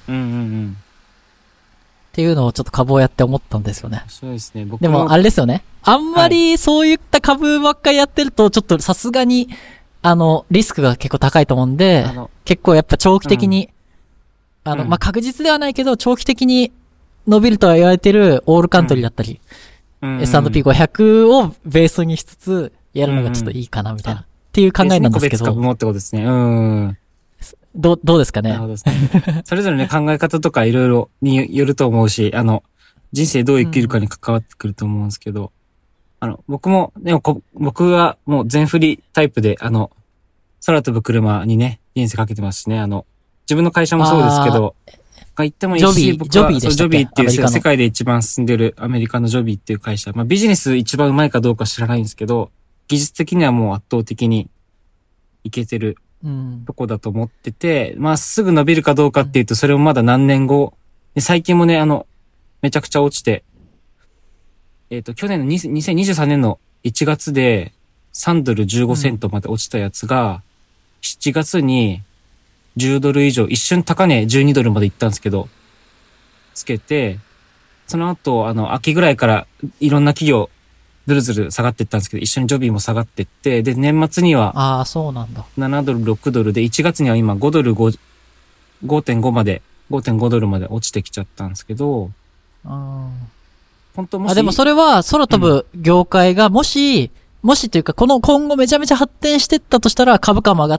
っていうのをちょっと株をやって思ったんですよね。 そうですね。 でもあれですよね。あんまりそういった株ばっかりやってると、ちょっとさすがに、リスクが結構高いと思うんで、結構やっぱ長期的に、まあ、確実ではないけど、長期的に伸びるとは言われてるオールカントリーだったり、S&P500 をベースにしつつ、やるのがちょっといいかな、みたいな。っていう考えなんですけど。 個別株もってことですね。 どうですかね。 なるほどですね。それぞれね、考え方とかいろいろによると思うし、人生どう生きるかに関わってくると思うんですけど、僕も、ね、僕はもう全振りタイプで、空飛ぶ車にね、人生かけてますしね、自分の会社もそうですけど、言ってもいいし、僕は、ジョビーっていう世界で一番進んでるアメリカのジョビーっていう会社、まあビジネス一番うまいかどうか知らないんですけど、技術的にはもう圧倒的にいけてるとこだと思ってて、まあすぐ伸びるかどうかっていうと、それもまだ何年後、最近もね、めちゃくちゃ落ちて、去年の2023年の1月で3ドル15セントまで落ちたやつが、7月に10ドル以上、一瞬高値12ドルまで行ったんですけど、つけて、その後、秋ぐらいからいろんな企業、ずるずる下がっていったんですけど、一緒にジョビーも下がっていって、で、年末には、 そうなんだ。 7ドル、6ドルで、1月には今5ドル5.5まで、5.5ドルまで落ちてきちゃったんですけど、本当もし。 でもそれは空飛ぶ業界がもしというか、今後めちゃめちゃ発展してったとしたら株価も上がって、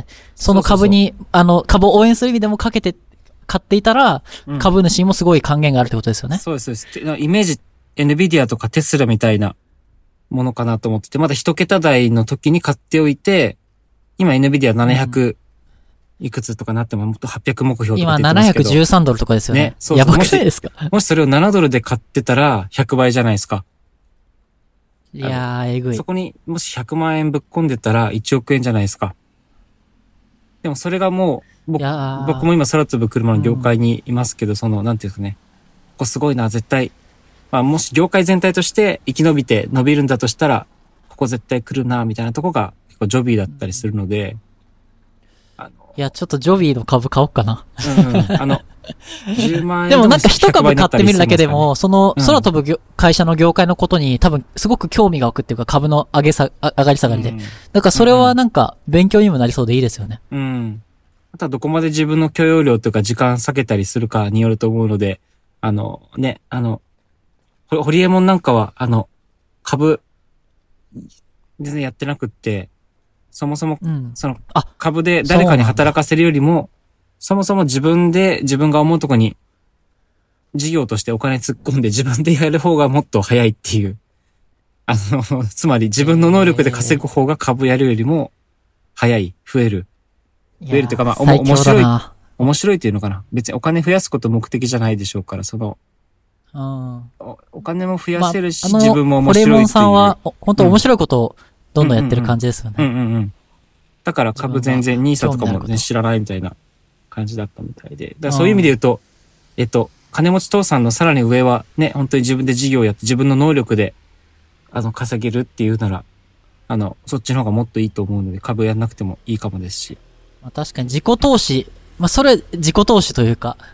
その株に、株を応援する意味でも買っていたら、株主にもすごい還元があるってことですよね。 そうです。イメージ、NVIDIA とかテスラみたいなものかなと思ってて、まだ一桁台の時に買っておいて、今 NVIDIA700、いくつとかなってももっと800目標とか出てますけど。 今713ドルとかですよね。 ね、そうやばくないですか？ もしそれを7ドルで買ってたら100倍じゃないですか。 いやー、えぐい。 そこにもし100万円ぶっ込んでたら1億円じゃないですか。でもそれがもう、僕も今空飛ぶ車の業界にいますけど、なんていうんですかね。ここすごいな、絶対。まあもし業界全体として生き延びて伸びるんだとしたら、ここ絶対来るな、みたいなとこが結構ジョビーだったりするので、 いや、ちょっとジョビーの株買おうかな。 10万円でもなんか一株買ってみるだけでも、その空飛ぶ会社の業界のことに多分すごく興味が湧くっていうか株の上がり下がりで。だからそれはなんか勉強にもなりそうでいいですよね。 あとはどこまで自分の許容量というか時間避けたりするかによると思うので、ホリエモンなんかは、株、全然やってなくって、そもそも、株で誰かに働かせるよりも、そもそも自分が思うとこに、事業としてお金突っ込んで自分でやる方がもっと早いっていう。つまり自分の能力で稼ぐ方が株やるよりも、早い、増えるというか、まあ、面白いっていうのかな。別にお金増やすこと目的じゃないでしょうから、お金も増やせるし、自分も面白いっていう。ホレモンさんは、 本当面白いことをどんどんやってる感じですよね。 だから株全然ニーサとかもね、知らないみたいな感じだったみたいで。だからそういう意味で言うと、金持ち父さんのさらに上はね、本当に自分で事業をやって自分の能力で、稼げるっていうなら、そっちの方がもっといいと思うので、株やんなくてもいいかもですし。 まあ、確かに自己投資、まあそれ自己投資というか。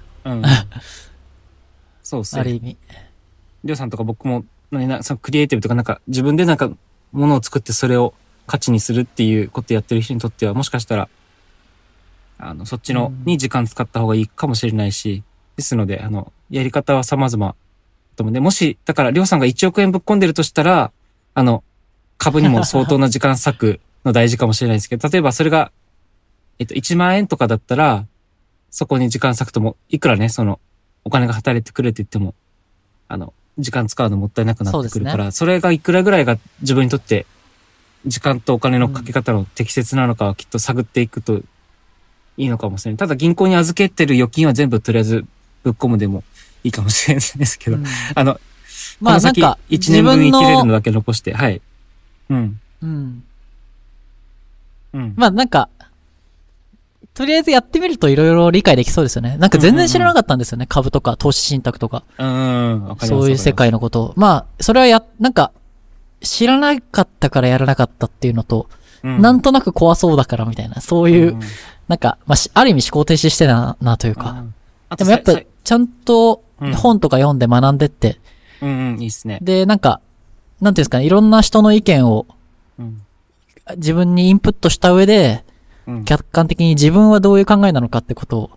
そうっすね。 ある意味。 りょうさんとか僕も、そのクリエイティブとかなんか自分でなんか物を作ってそれを価値にするっていうことやってる人にとってはもしかしたら、そっちのに時間使った方がいいかもしれないし、ですので、やり方は様々 と思うんで、もし、だから、りょうさんが1億円ぶっ込んでるとしたら、株にも相当な時間割くの大事かもしれないですけど、例えばそれが、1万円とかだったら、そこに時間割くとも、いくらね、お金が働いてくれて言っても、時間使うのもったいなくなってくるから、それがいくらぐらいが自分にとって、時間とお金のかけ方の適切なのかはきっと探っていくといいのかもしれない。ただ銀行に預けてる預金は全部とりあえずぶっ込むでもいいかもしれないですけど、まあなんか、1年分生きれるのだけ残して、はい。うん。 うん。うん。まあなんか、とりあえずやってみるといろいろ理解できそうですよね。なんか全然知らなかったんですよね。株とか投資信託とか。 わかります。 そういう世界のことを。まあ、それはなんか、知らなかったからやらなかったっていうのと、なんとなく怖そうだからみたいな、そういう、なんか、まあ、ある意味思考停止してなというか。でもやっぱ、ちゃんと本とか読んで学んでって。 いいっすね。 で、なんか、なんていうんですかね、いろんな人の意見を、自分にインプットした上で、客観的に自分はどういう考えなのかってことを、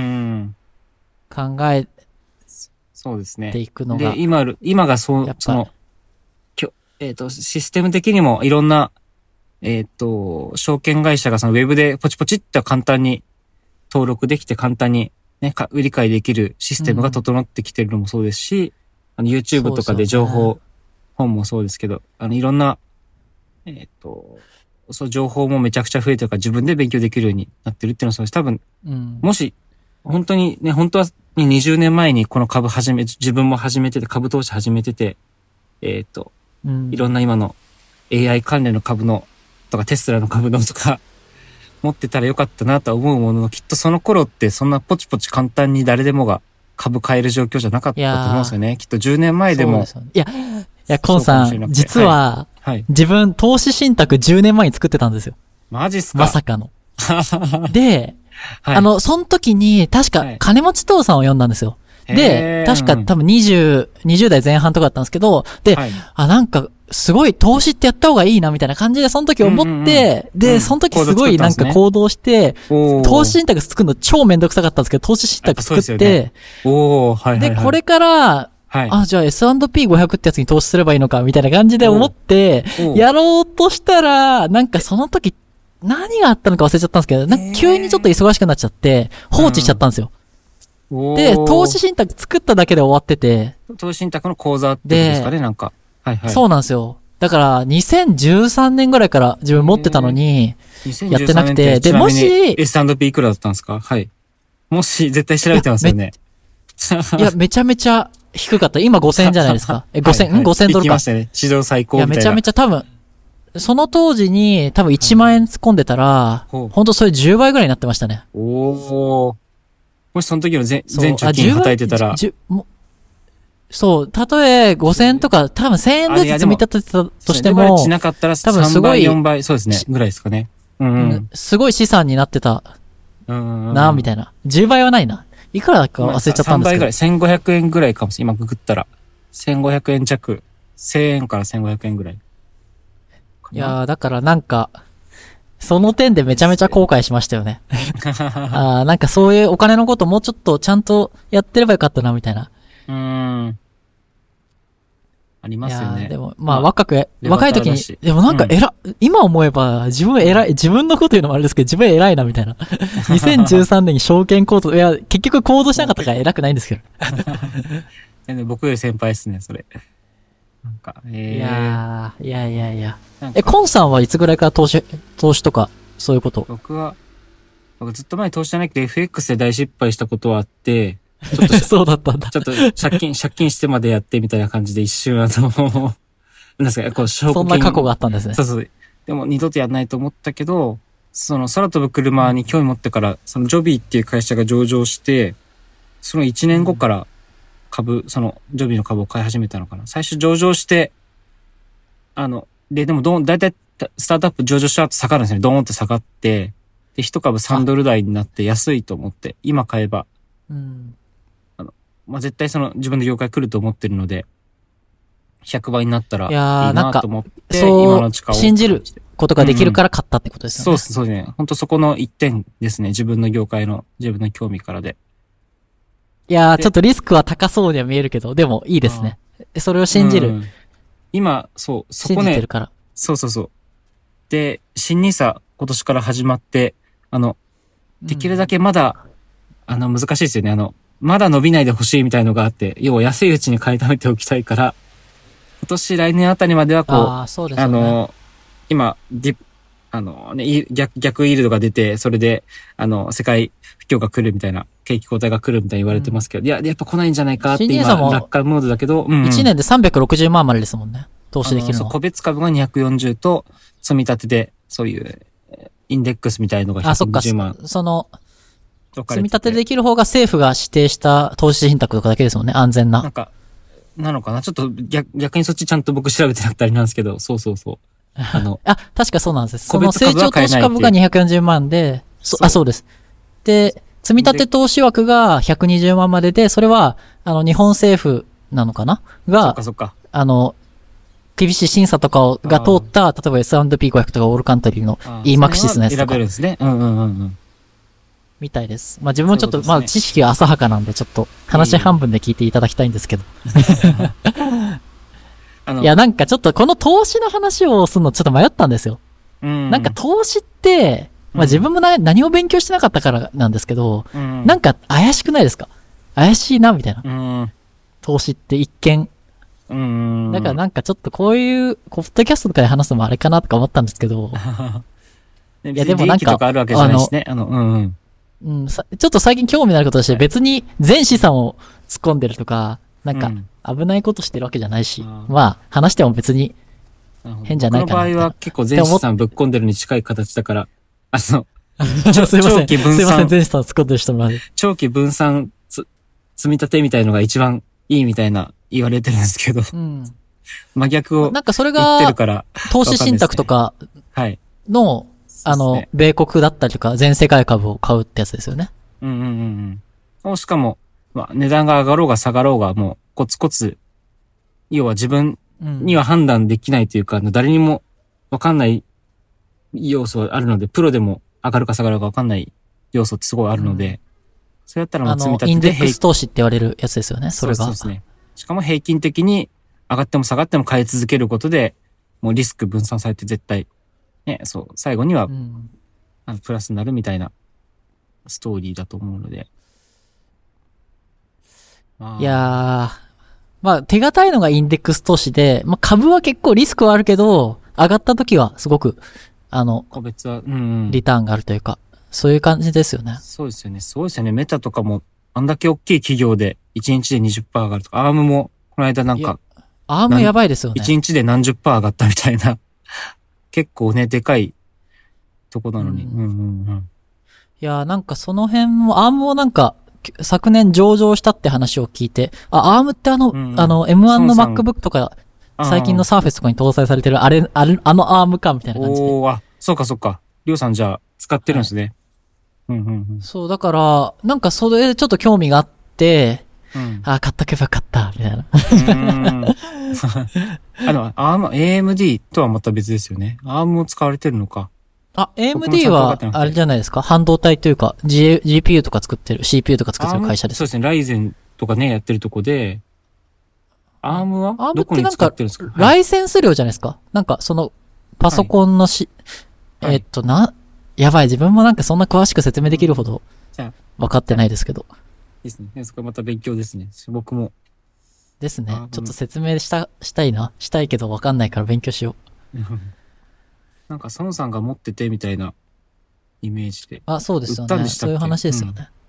考えそうですね。 ていくのが。 で、今がシステム的にもいろんな、証券会社がウェブでポチポチって簡単に登録できて簡単にね、理解できるシステムが整ってきてるのもそうですし、YouTube とかで情報、本もそうですけど、いろんな、そう情報もめちゃくちゃ増えてるから自分で勉強できるようになってるっていうのはそうです。多分、もし、本当にね、本当は20年前にこの株自分も始めてて、株投資始めてて、いろんな今の AI 関連の株のとかテスラの株のとか持ってたらよかったなと思うものの、きっとその頃ってそんなポチポチ簡単に誰でもが株買える状況じゃなかったと思うんですよね。きっと10年前でも。 いや、コンさん、実は、自分、投資信託10年前に作ってたんですよ。 マジっすか？ まさかの。で、その時に、確か、金持ち父さんを読んだんですよ。で、確か多分20代前半とかだったんですけど、で、なんか、すごい投資ってやった方がいいなみたいな感じでその時思って、で、その時すごいなんか行動して、投資信託作るの超めんどくさかったんですけど、投資信託作って、で、これから、じゃあ S&P500 ってやつに投資すればいいのかみたいな感じで思って、やろうとしたら、なんかその時何があったのか忘れちゃったんですけど、なんか急にちょっと忙しくなっちゃって、放置しちゃったんですよ。で、投資信託作っただけで終わってて。 投資信託の講座ってことですかね、なんか。 そうなんですよ。だから、2013年ぐらいから自分持ってたのに、やってなくて、 で、もし、S&P いくらだったんですか？はい。もし、絶対調べてますよね。 いや、めちゃめちゃ低かった。今5000円じゃないですか。5000ドルか。 行きましたね。史上最高みたいな。 いや、めちゃめちゃ多分、その当時に多分1万円突っ込んでたら、ほんとそれ10倍ぐらいになってましたね。 もしその時の全貯金はたいてたら。 そう、たとえ5000円とか、多分1000円ずつ積み立てたとしても、 レバレッジなかったら3倍、4倍、そうですね、ぐらいですかね。 すごい資産になってたな、みたいな。10倍はないな。いくらだか忘れちゃったんですけど。 3倍ぐらい、1500円ぐらいかもしれない。今ググったら。1500円弱。1000円から1500円ぐらい。 いやー、だからなんか、その点でめちゃめちゃ後悔しましたよね。なんかそういうお金のこともうちょっとちゃんとやってればよかったな、みたいな。 ありますよね。 でも、まあ若い時に、でもなんか今思えば自分のこと言うのもあれですけど、自分偉いなみたいな。2013年に証券コード、いや、結局行動しなかったから偉くないんですけど。 全然僕より先輩ですね、それ。なんか、 いや。コンさんはいつぐらいから投資とか、そういうこと？ 僕ずっと前に投資じゃなくて FX で大失敗したことはあって、 そうだったんだ。 ちょっと借金してまでやってみたいな感じで一瞬なんですか、こう、 そんな過去があったんですね。 そう。でも二度とやらないと思ったけど、空飛ぶ車に興味持ってから、ジョビーっていう会社が上場して、その1年後からジョビーの株を買い始めたのかな。最初上場して、でもだいたいスタートアップ上場した後下がるんですよね。ドーンって下がって、で、1株3ドル台になって安いと思って、今買えば、絶対自分の業界来ると思ってるので、100倍になったらいいなと思って、今の力を。 信じることができるから買ったってことですよね。 そうですね。本当そこの一点ですね。自分の業界の、自分の興味からで。 いやー、ちょっとリスクは高そうには見えるけど、でもいいですね。それを信じる。 今、そう、そこね。 信じてるから。 そうそうそう。で、新ニーサ今年から始まって、できるだけまだ、難しいですよね。まだ伸びないでほしいみたいのがあって、要は安いうちに買い溜めておきたいから、今年来年あたりまではそうですね、 今、逆イールドが出て、それで、世界不況が来るみたいな、景気後退が来るみたいに言われてますけど、いや、やっぱ来ないんじゃないかって今、楽観モードだけど、 1年で360万までですもんね。投資できるのは。 個別株が240と、積み立てで、そういう、インデックスみたいのが120万。 積み立てできる方が政府が指定した投資信託とかだけですもんね、安全な。 なのかなちょっと逆にそっちちゃんと僕調べてなかったりなんですけど、そう。 確かそうなんです。その成長投資株が240万で、そうです。で、積み立て投資枠が120万までで、それは、日本政府なのかなが、 そっか。 厳しい審査とかが通った、例えば S&P500 とかオールカントリーの EMAXIS のやつとか。 選べるんですね。 みたいです。まあ自分もちょっと、まあ知識が浅はかなんで、ちょっと話半分で聞いていただきたいんですけど。いや、なんかちょっとこの投資の話をするのちょっと迷ったんですよ。なんか投資って、まあ自分も何を勉強してなかったからなんですけど、なんか怪しくないですか？怪しいな、みたいな。投資って一見。だからなんかちょっとこういう、ポッドキャストとかで話すのもあれかなとか思ったんですけど。 いやでもなんか、ちょっと最近興味のあることとして別に全資産を突っ込んでるとか、なんか危ないことしてるわけじゃないし、まあ話しても別に変じゃないかな。 この場合は結構全資産ぶっ込んでるに近い形だから、 すいません。すいません、全資産突っ込んでる人もある。 長期分散積み立てみたいのが一番いいみたいな言われてるんですけど、真逆をなんかそれが投資信託とかの、米国だったりとか全世界株を買うってやつですよね。 しかも、まあ、値段が上がろうが下がろうがもうコツコツ、要は自分には判断できないというか、誰にもわかんない要素があるので、プロでも上がるか下がるかわかんない要素ってすごいあるので、そうやったらもう積み立ててインデックス投資って言われるやつですよね、それが。 そうですね。しかも平均的に上がっても下がっても買い続けることで、もうリスク分散されて絶対、ね、そう、最後には、プラスになるみたいなストーリーだと思うので。 いやー、まあ手堅いのがインデックス投資で、まあ株は結構リスクはあるけど、上がった時はすごく、 個別は、 リターンがあるというか、そういう感じですよね。 そうですよね。そうですよね。メタとかも、あんだけ大きい企業で1日で 20% 上がるとか、アームも、この間なんか、 アームやばいですよね。 1日で何十%上がったみたいな。結構ね、でかいとこなのに。 いやーなんかその辺も、アームもなんか、昨年上場したって話を聞いて、アームってM1 の MacBook とか、最近のサーフェスとかに搭載されてるアームかみたいな感じで。 そうか。りょうさんじゃあ、使ってるんですね。 そう、だから、なんかそれでちょっと興味があって、買っとけばよかった、みたいな。 AMD とはまた別ですよね。ARM も使われてるのか。 AMD は、あれじゃないですか半導体というか、GPU とか作ってる、CPU とか作ってる会社です。 そうですね、ライゼンとかね、やってるとこで、ARM はどこに使ってるんですか？ ライセンス料じゃないですか？なんか、その、パソコンのやばい、自分もなんかそんな詳しく説明できるほど、分かってないですけど。 いいですね。そこまた勉強ですね。僕も。 ですね。ちょっと説明したいけど分かんないから勉強しよう。 なんか、孫さんが持っててみたいなイメージで。 そうですよね。そういう話ですよね。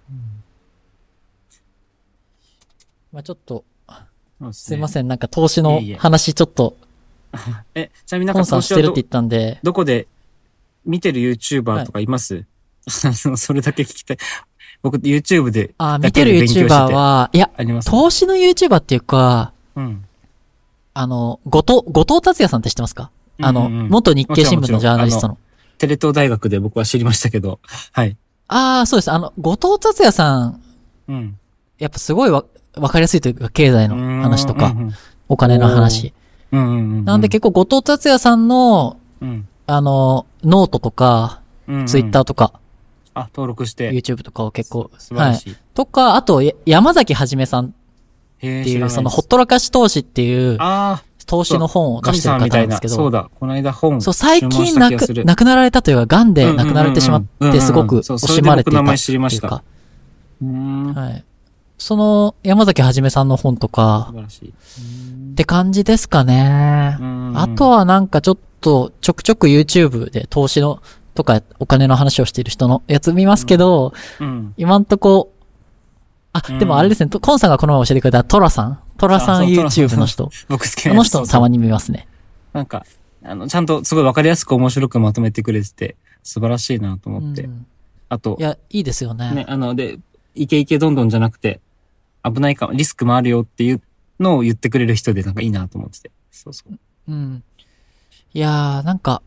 まあちょっと、すいません、なんか投資の話ちょっと、 ちなみになんか投資してるって言ったんで。 どこで見てる YouTuber とかいます？それだけ聞きたい。僕 YouTube で。 見てる YouTuber は、いや、投資の YouTuber っていうか、後藤達也さんって知ってますか？元日経新聞のジャーナリストの。 テレ東大学で僕は知りましたけど、はい。 そうです。後藤達也さん、やっぱすごいわかりやすいというか、経済の話とか、お金の話。なんで結構後藤達也さんの、ノートとか、ツイッターとかあ、登録して。 YouTube とかを結構。 素晴らしい。 はい。とか、あと、山崎はじめさんっていう、そのほっとらかし投資っていう、投資の本を出してる方なんですけど。 そうだ、この間本。 そう、最近亡くなられたというか、癌で亡くなられてしまって、すごく惜しまれていたっていうか。はい。その、山崎はじめさんの本とか、 素晴らしい。 って感じですかね。あとはなんかちょっと、ちょくちょく YouTube で投資の、とかお金の話をしている人のやつ見ますけど、今んとこ、でもあれですね、コンさんがこの前教えてくれたトラさん YouTube の人。 僕好きなあの人たまに見ますね。 なんか、ちゃんとすごいわかりやすく面白くまとめてくれてて、素晴らしいなと思って。あと。 いや、いいですよね。 ね、で、イケイケどんどんじゃなくて、危ないか、リスクもあるよっていうのを言ってくれる人でなんかいいなと思ってて。そうそう。 いやー、なんか、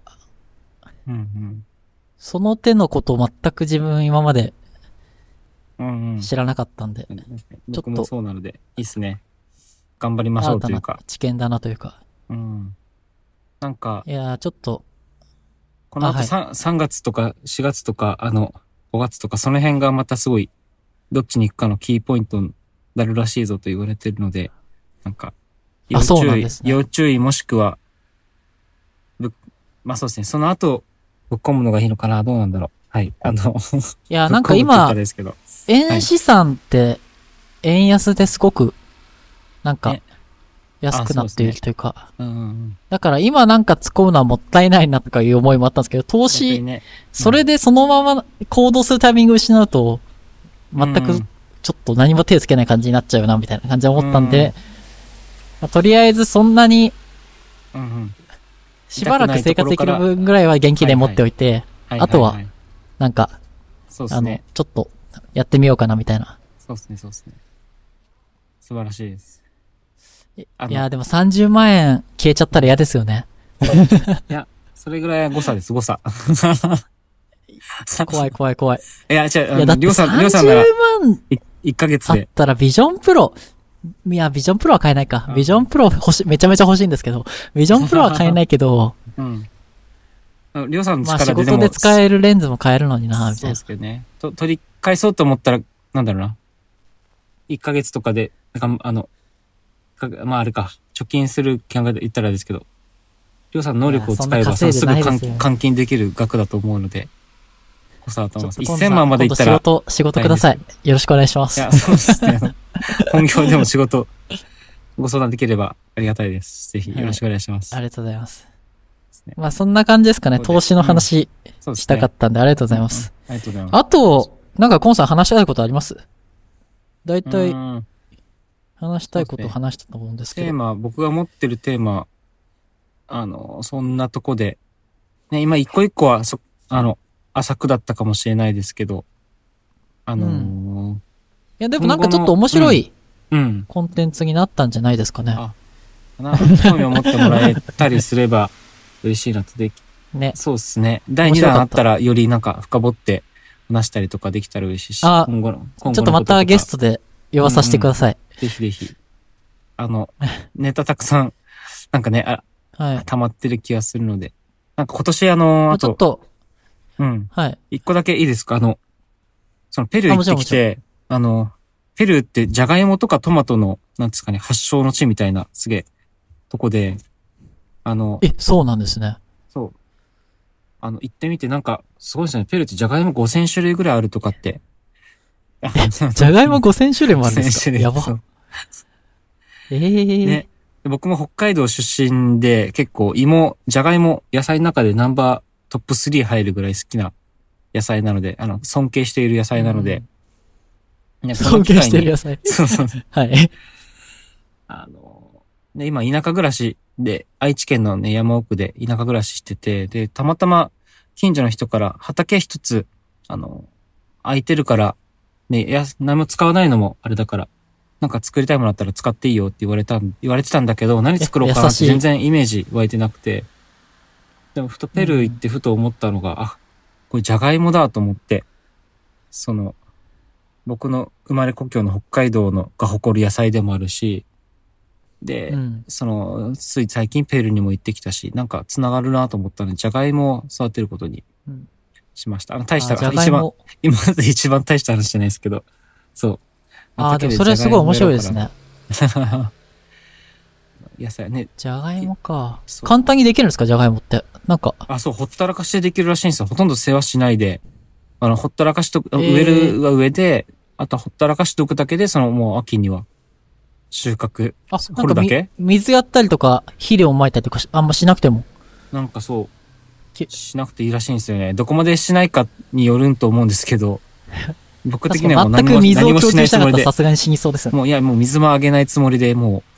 その手のことを全く自分今まで知らなかったんで、ちょっと僕もそうなのでいいっすね。頑張りましょうというか。 知見だなというか。 なんか、 いやー、ちょっとこの後3月とか4月とか5月とかその辺がまたすごいどっちに行くかのキーポイントになるらしいぞと言われてるので、なんか要注意もしくはまあそうですね。その後ぶっ込むのがいいのかな。どうなんだろう。はい。いや、なんか今、円資産って、円安ですごく、なんか、安くなっているというか。だから今なんか突っ込むのはもったいないなとかいう思いもあったんですけど、投資、それでそのまま行動するタイミングを失うと、全くちょっと何も手つけない感じになっちゃうな、みたいな感じで思ったんで、とりあえずそんなに、しばらく生活できる分ぐらいは現金で持っておいて、あとは、なんか、ちょっと、やってみようかな、みたいな。 そうですね。素晴らしいです。 いや、でも30万円消えちゃったら嫌ですよね。 いや、それぐらいは誤差です、誤差。 怖い。 いや、違う、 いや、だって30万 1ヶ月で。 あったらビジョンプロ、いや、ビジョンプロは買えないか。ビジョンプロめちゃめちゃ欲しいんですけど、ビジョンプロは買えないけど、 りょうさんの力ででも。仕事で使えるレンズも買えるのにな、みたいな。 そうですけどね。取り返そうと思ったら、なんだろうな。1ヶ月とかで、まああれか、貯金する考えで言ったらですけど、りょうさんの能力を使えばすぐ換金できる額だと思うので、誤差だと思います。1000万までいったら。 仕事ください。よろしくお願いします。 いや、そうですね。本業でも仕事、ご相談できればありがたいです。ぜひよろしくお願いします。 ありがとうございます。まあそんな感じですかね。投資の話したかったんで、ありがとうございます。 ありがとうございます。 あと、なんかコンさん話したいことあります？だいたい話したいことを話したと思うんですけど。 僕が持ってるテーマ、そんなとこで、ね、今一個一個は浅くだったかもしれないですけど、いやでもなんかちょっと面白いコンテンツになったんじゃないですかね。 興味を持ってもらえたりすれば嬉しいなとね。そうですね。第2弾あったらよりなんか深掘って話したりとかできたら嬉しいし、今後のちょっとまたゲストで呼ばさせてください。 ぜひぜひ。ネタたくさん、なんかね、溜まってる気がするので。なんか今年あと、 ちょっと、 一個だけいいですか？そのペルー行ってきて、ペルーってジャガイモとかトマトの、なんですかね、発祥の地みたいな、すげえ、とこで、 そうなんですね。 そう。行ってみてなんか、すごいですね。ペルーってジャガイモ5000種類ぐらいあるとかって。 ジャガイモ5000種類もあるんですか？やば。 ね。僕も北海道出身で結構ジャガイモ、野菜の中でトップ3入るぐらい好きな野菜なので、尊敬している野菜なので。 尊敬している野菜。 そう。 はい。 今田舎暮らしで、愛知県のね、山奥で田舎暮らししてて、で、たまたま近所の人から畑一つ、空いてるから、ね、何も使わないのもあれだから、なんか作りたいものあったら使っていいよって言われてたんだけど、何作ろうかなって全然イメージ湧いてなくて、でもふとペルー行ってふと思ったのが、これジャガイモだと思って、僕の生まれ故郷の北海道が誇る野菜でもあるし、で、つい最近ペルーにも行ってきたし、なんか繋がるなと思ったので、ジャガイモを育てることにしました。大したじゃがいも。 今まで一番大した話じゃないですけど。そう。 でもそれすごい面白いですね。 野菜ね。 じゃがいもか。簡単にできるんですか、じゃがいもって。なんか。 そう、ほったらかしでできるらしいんですよ。ほとんど世話しないで。ほったらかしと、植えるは上で、あとはほったらかしとくだけで、もう秋には収穫。掘るだけ？ 水やったりとか、肥料を撒いたりとかあんましなくても。 なんかそう、しなくていいらしいんですよね。どこまでしないかによるんと思うんですけど、僕的にはもう全く水を供給しなかったらさすがに死にそうですよね。 もう水もあげないつもりで、もう、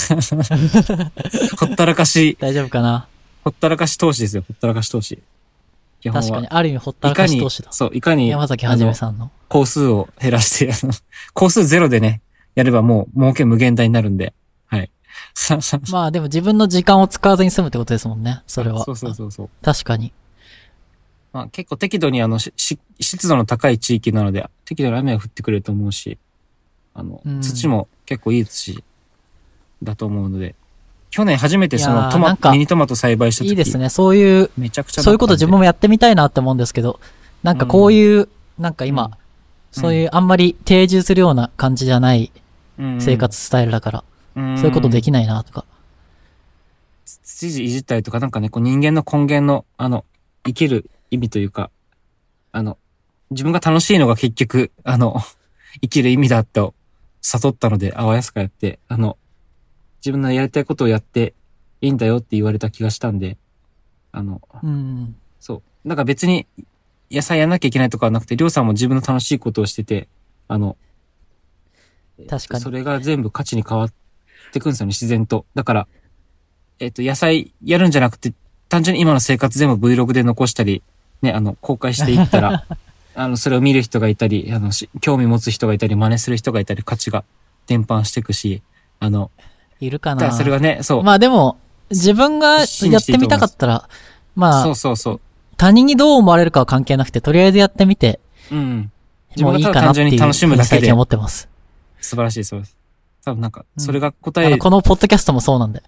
ほったらかし。 大丈夫かな。 ほったらかし投資ですよ、ほったらかし投資。 確かに、ある意味ほったらかし投資だ。 そう、いかに、 山崎はじめさんの。 工数を減らして、工数ゼロでね、やればもう儲け無限大になるんで、はい。 まあでも自分の時間を使わずに済むってことですもんね、それは。 そう。 確かに。 まあ結構適度に湿度の高い地域なので、適度に雨が降ってくれると思うし、土も結構いい土だと思うので、去年初めてミニトマト栽培した時。 いいですね。そういう、 めちゃくちゃそういうこと自分もやってみたいなって思うんですけど、なんかこういう、なんか今、そういうあんまり定住するような感じじゃない生活スタイルだから、そういうことできないなとか。 土いじったりとか、なんかね、こう人間の根源の、生きる意味というか、自分が楽しいのが結局、生きる意味だと悟ったので、あわやすかやって、自分のやりたいことをやっていいんだよって言われた気がしたんで、そう。なんか別に野菜やんなきゃいけないとかはなくて、りょうさんも自分の楽しいことをしてて、 確かに。 それが全部価値に変わってくんですよね、自然と。だから、野菜やるんじゃなくて、単純に今の生活全部 Vlog で残したり、ね、公開していったら、それを見る人がいたり、興味持つ人がいたり、真似する人がいたり、価値が伝播していくし、 いるかな。 それがね、そう。 まあでも、自分がやってみたかったら、まあ、 そう。 他人にどう思われるかは関係なくて、とりあえずやってみて、 自分が単純に楽しむだけで。 最近思ってます。 素晴らしい、そうです。多分なんか、それが答え、 このポッドキャストもそうなんで。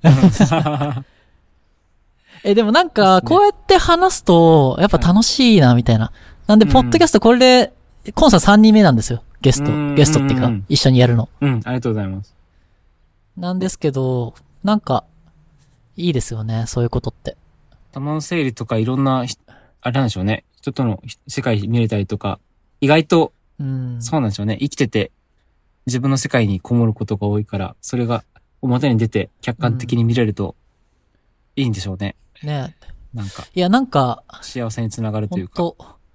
でもなんか、こうやって話すと、やっぱ楽しいな、みたいな。なんで、ポッドキャストこれで、コンさん3人目なんですよ。ゲストっていうか、一緒にやるの。 ありがとうございます。 なんですけど、なんか、いいですよね、そういうことって。 頭の整理とかいろんな、あれなんでしょうね。人との世界見れたりとか、意外と、そうなんでしょうね。生きてて、自分の世界にこもることが多いから、それが表に出て客観的に見れると、いいんでしょうね。 ねえ。 なんか。 いや、なんか、 幸せにつながるというか。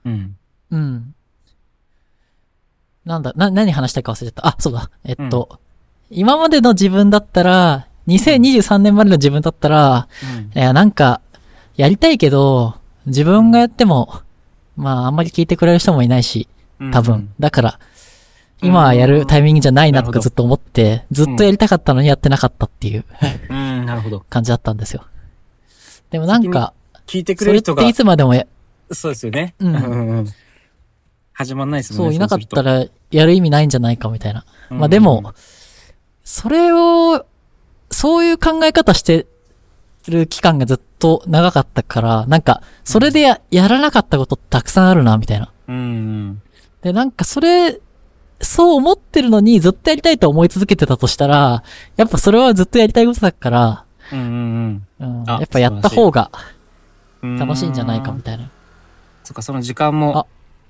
なんだ、何話したいか忘れちゃった。あ、そうだ。今までの自分だったら、2023年までの自分だったら、いや、なんか、やりたいけど、自分がやっても、まあ、あんまり聞いてくれる人もいないし、多分。だから、今はやるタイミングじゃないなとかずっと思って、ずっとやりたかったのにやってなかったっていうなるほど。 感じだったんですよ。でもなんか、 聞いてくれる人が、 それっていつまでもそうですよね。始まんないですもんね。 そう、いなかったらやる意味ないんじゃないかみたいな。まあでも、そういう考え方してる期間がずっと長かったから、なんか、それでやらなかったことたくさんあるな、みたいな。で、なんかそう思ってるのにずっとやりたいと思い続けてたとしたら、やっぱそれはずっとやりたいことだから、やっぱやった方が楽しいんじゃないかみたいな。 そっか、その時間も、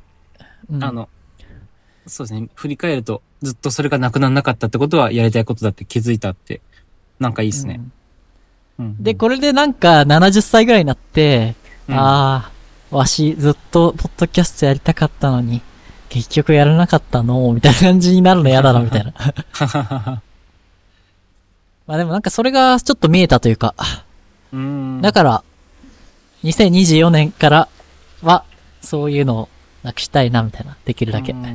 そうですね、振り返るとずっとそれがなくならなかったってことはやりたいことだって気づいたって、なんかいいっすね。 で、これでなんか70歳ぐらいになって、わしずっとポッドキャストやりたかったのに、結局やらなかったのみたいな感じになるの嫌だな、みたいな。まあでもなんかそれがちょっと見えたというか。だから、2024年からは、そういうのをなくしたいな、みたいな。できるだけ。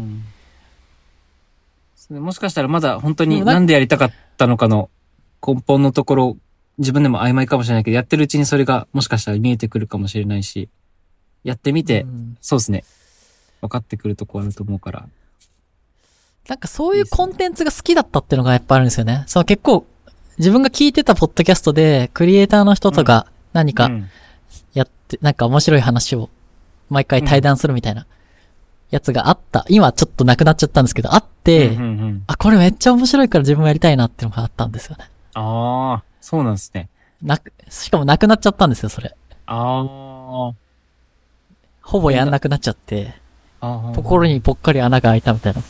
もしかしたらまだ本当になんでやりたかったのかの根本のところ、自分でも曖昧かもしれないけど、やってるうちにそれがもしかしたら見えてくるかもしれないし、やってみて、そうですね。分かってくるとこあると思うから。 なんかそういうコンテンツが好きだったっていうのがやっぱあるんですよね。その結構、自分が聞いてたポッドキャストで、クリエイターの人とか何かやって、なんか面白い話を毎回対談するみたいなやつがあった。今ちょっとなくなっちゃったんですけど、あって、あ、これめっちゃ面白いから自分もやりたいなっていうのがあったんですよね。 ああ、そうなんですね。 しかもなくなっちゃったんですよ、それ。 ああ。 ほぼやんなくなっちゃって、 あ心にぽっかり穴が開いたみたいな。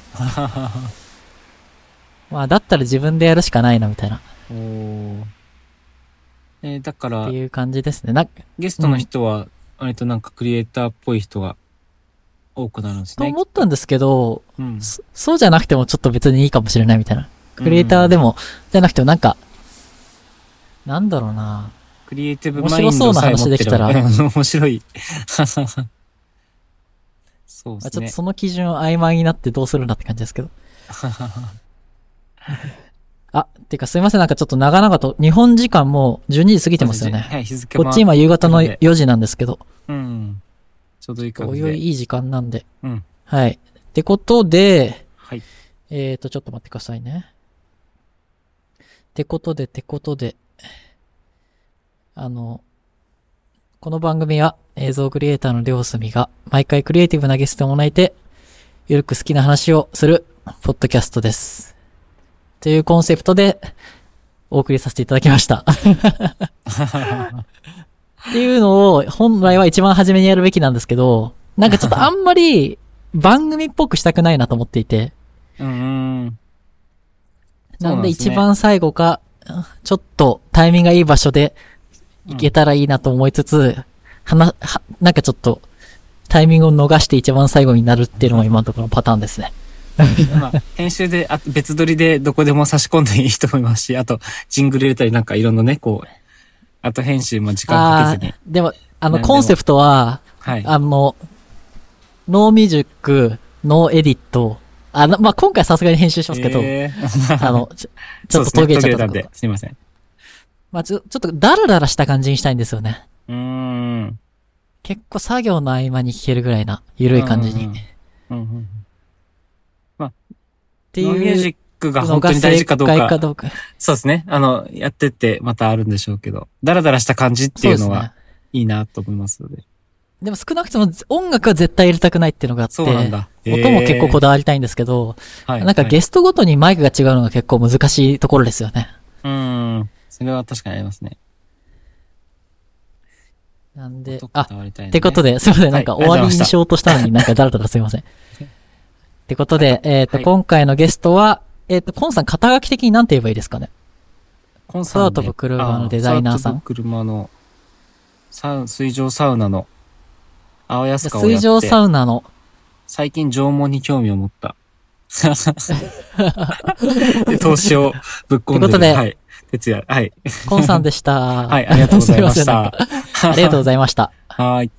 まあ、だったら自分でやるしかないな、みたいな。 だから、 っていう感じですね。 ゲストの人は、割となんかクリエイターっぽい人が多くなるんですね。 と思ったんですけど、 うん、 そうじゃなくてもちょっと別にいいかもしれないみたいな。クリエイターでも、じゃなくてもなんか、なんだろうな。 クリエイティブマインドさえ持ってる。面白そうな話できたら。面白い。そうですね。 ちょっとその基準曖昧になってどうするんだって感じですけど。あ、てかすいません、なんかちょっと長々と、日本時間もう12時過ぎてますよね。 はい、日付こっち今夕方の4時なんですけど。 うん。ちょうどいい感じで。おいいい時間なんで。 うん。 はい。ってことで、 はい。 ちょっと待ってくださいね。ってことで、この番組は映像クリエイターのりょうすみが毎回クリエイティブなゲストを招いて、ゆるく好きな話をするポッドキャストです。というコンセプトでお送りさせていただきました。っていうのを本来は一番初めにやるべきなんですけど、なんかちょっとあんまり番組っぽくしたくないなと思っていて。なんで一番最後か、ちょっとタイミングがいい場所でいけたらいいなと思いつつ、なんかちょっとタイミングを逃して一番最後になるっていうのも今のところのパターンですね。 まあ、編集で、別撮りでどこでも差し込んでいいと思いますし、あと、ジングル入れたりなんかいろんなね、こう、あと編集も時間かけずに。 でも、コンセプトは、 はい。 ノーミュージック、ノーエディット、まあ、今回さすがに編集しますけど、ちょっと途切れちゃったんで。 すいません。 まあ、ちょっとダラダラした感じにしたいんですよね。結構作業の合間に聴けるぐらいな、ゆるい感じに。 まあ、っていう。ノーミュージックが本当に大事かどうか。そうですね。やってってまたあるんでしょうけど、ダラダラした感じっていうのは、いいなと思いますので。 でも少なくとも音楽は絶対入れたくないっていうのがあって、 そうなんだ。 音も結構こだわりたいんですけど、なんかゲストごとにマイクが違うのが結構難しいところですよね。 それは確かにありますね。 なんで、ってことで、すいません、なんか終わりにしようとしたのになんかだらだらすいません。ってことで、今回のゲストは、コンさん肩書き的に何て言えばいいですかね。 コンさん、 空飛ぶ車のデザイナーさん。 空飛ぶ車の、水上サウナの、青安川をやって水上サウナの、 最近縄文に興味を持った。で、投資をぶっ込んでる。ということで、はい。哲也、はい。 コンさんでした。 はい、ありがとうございました。 ありがとうございました。 はい。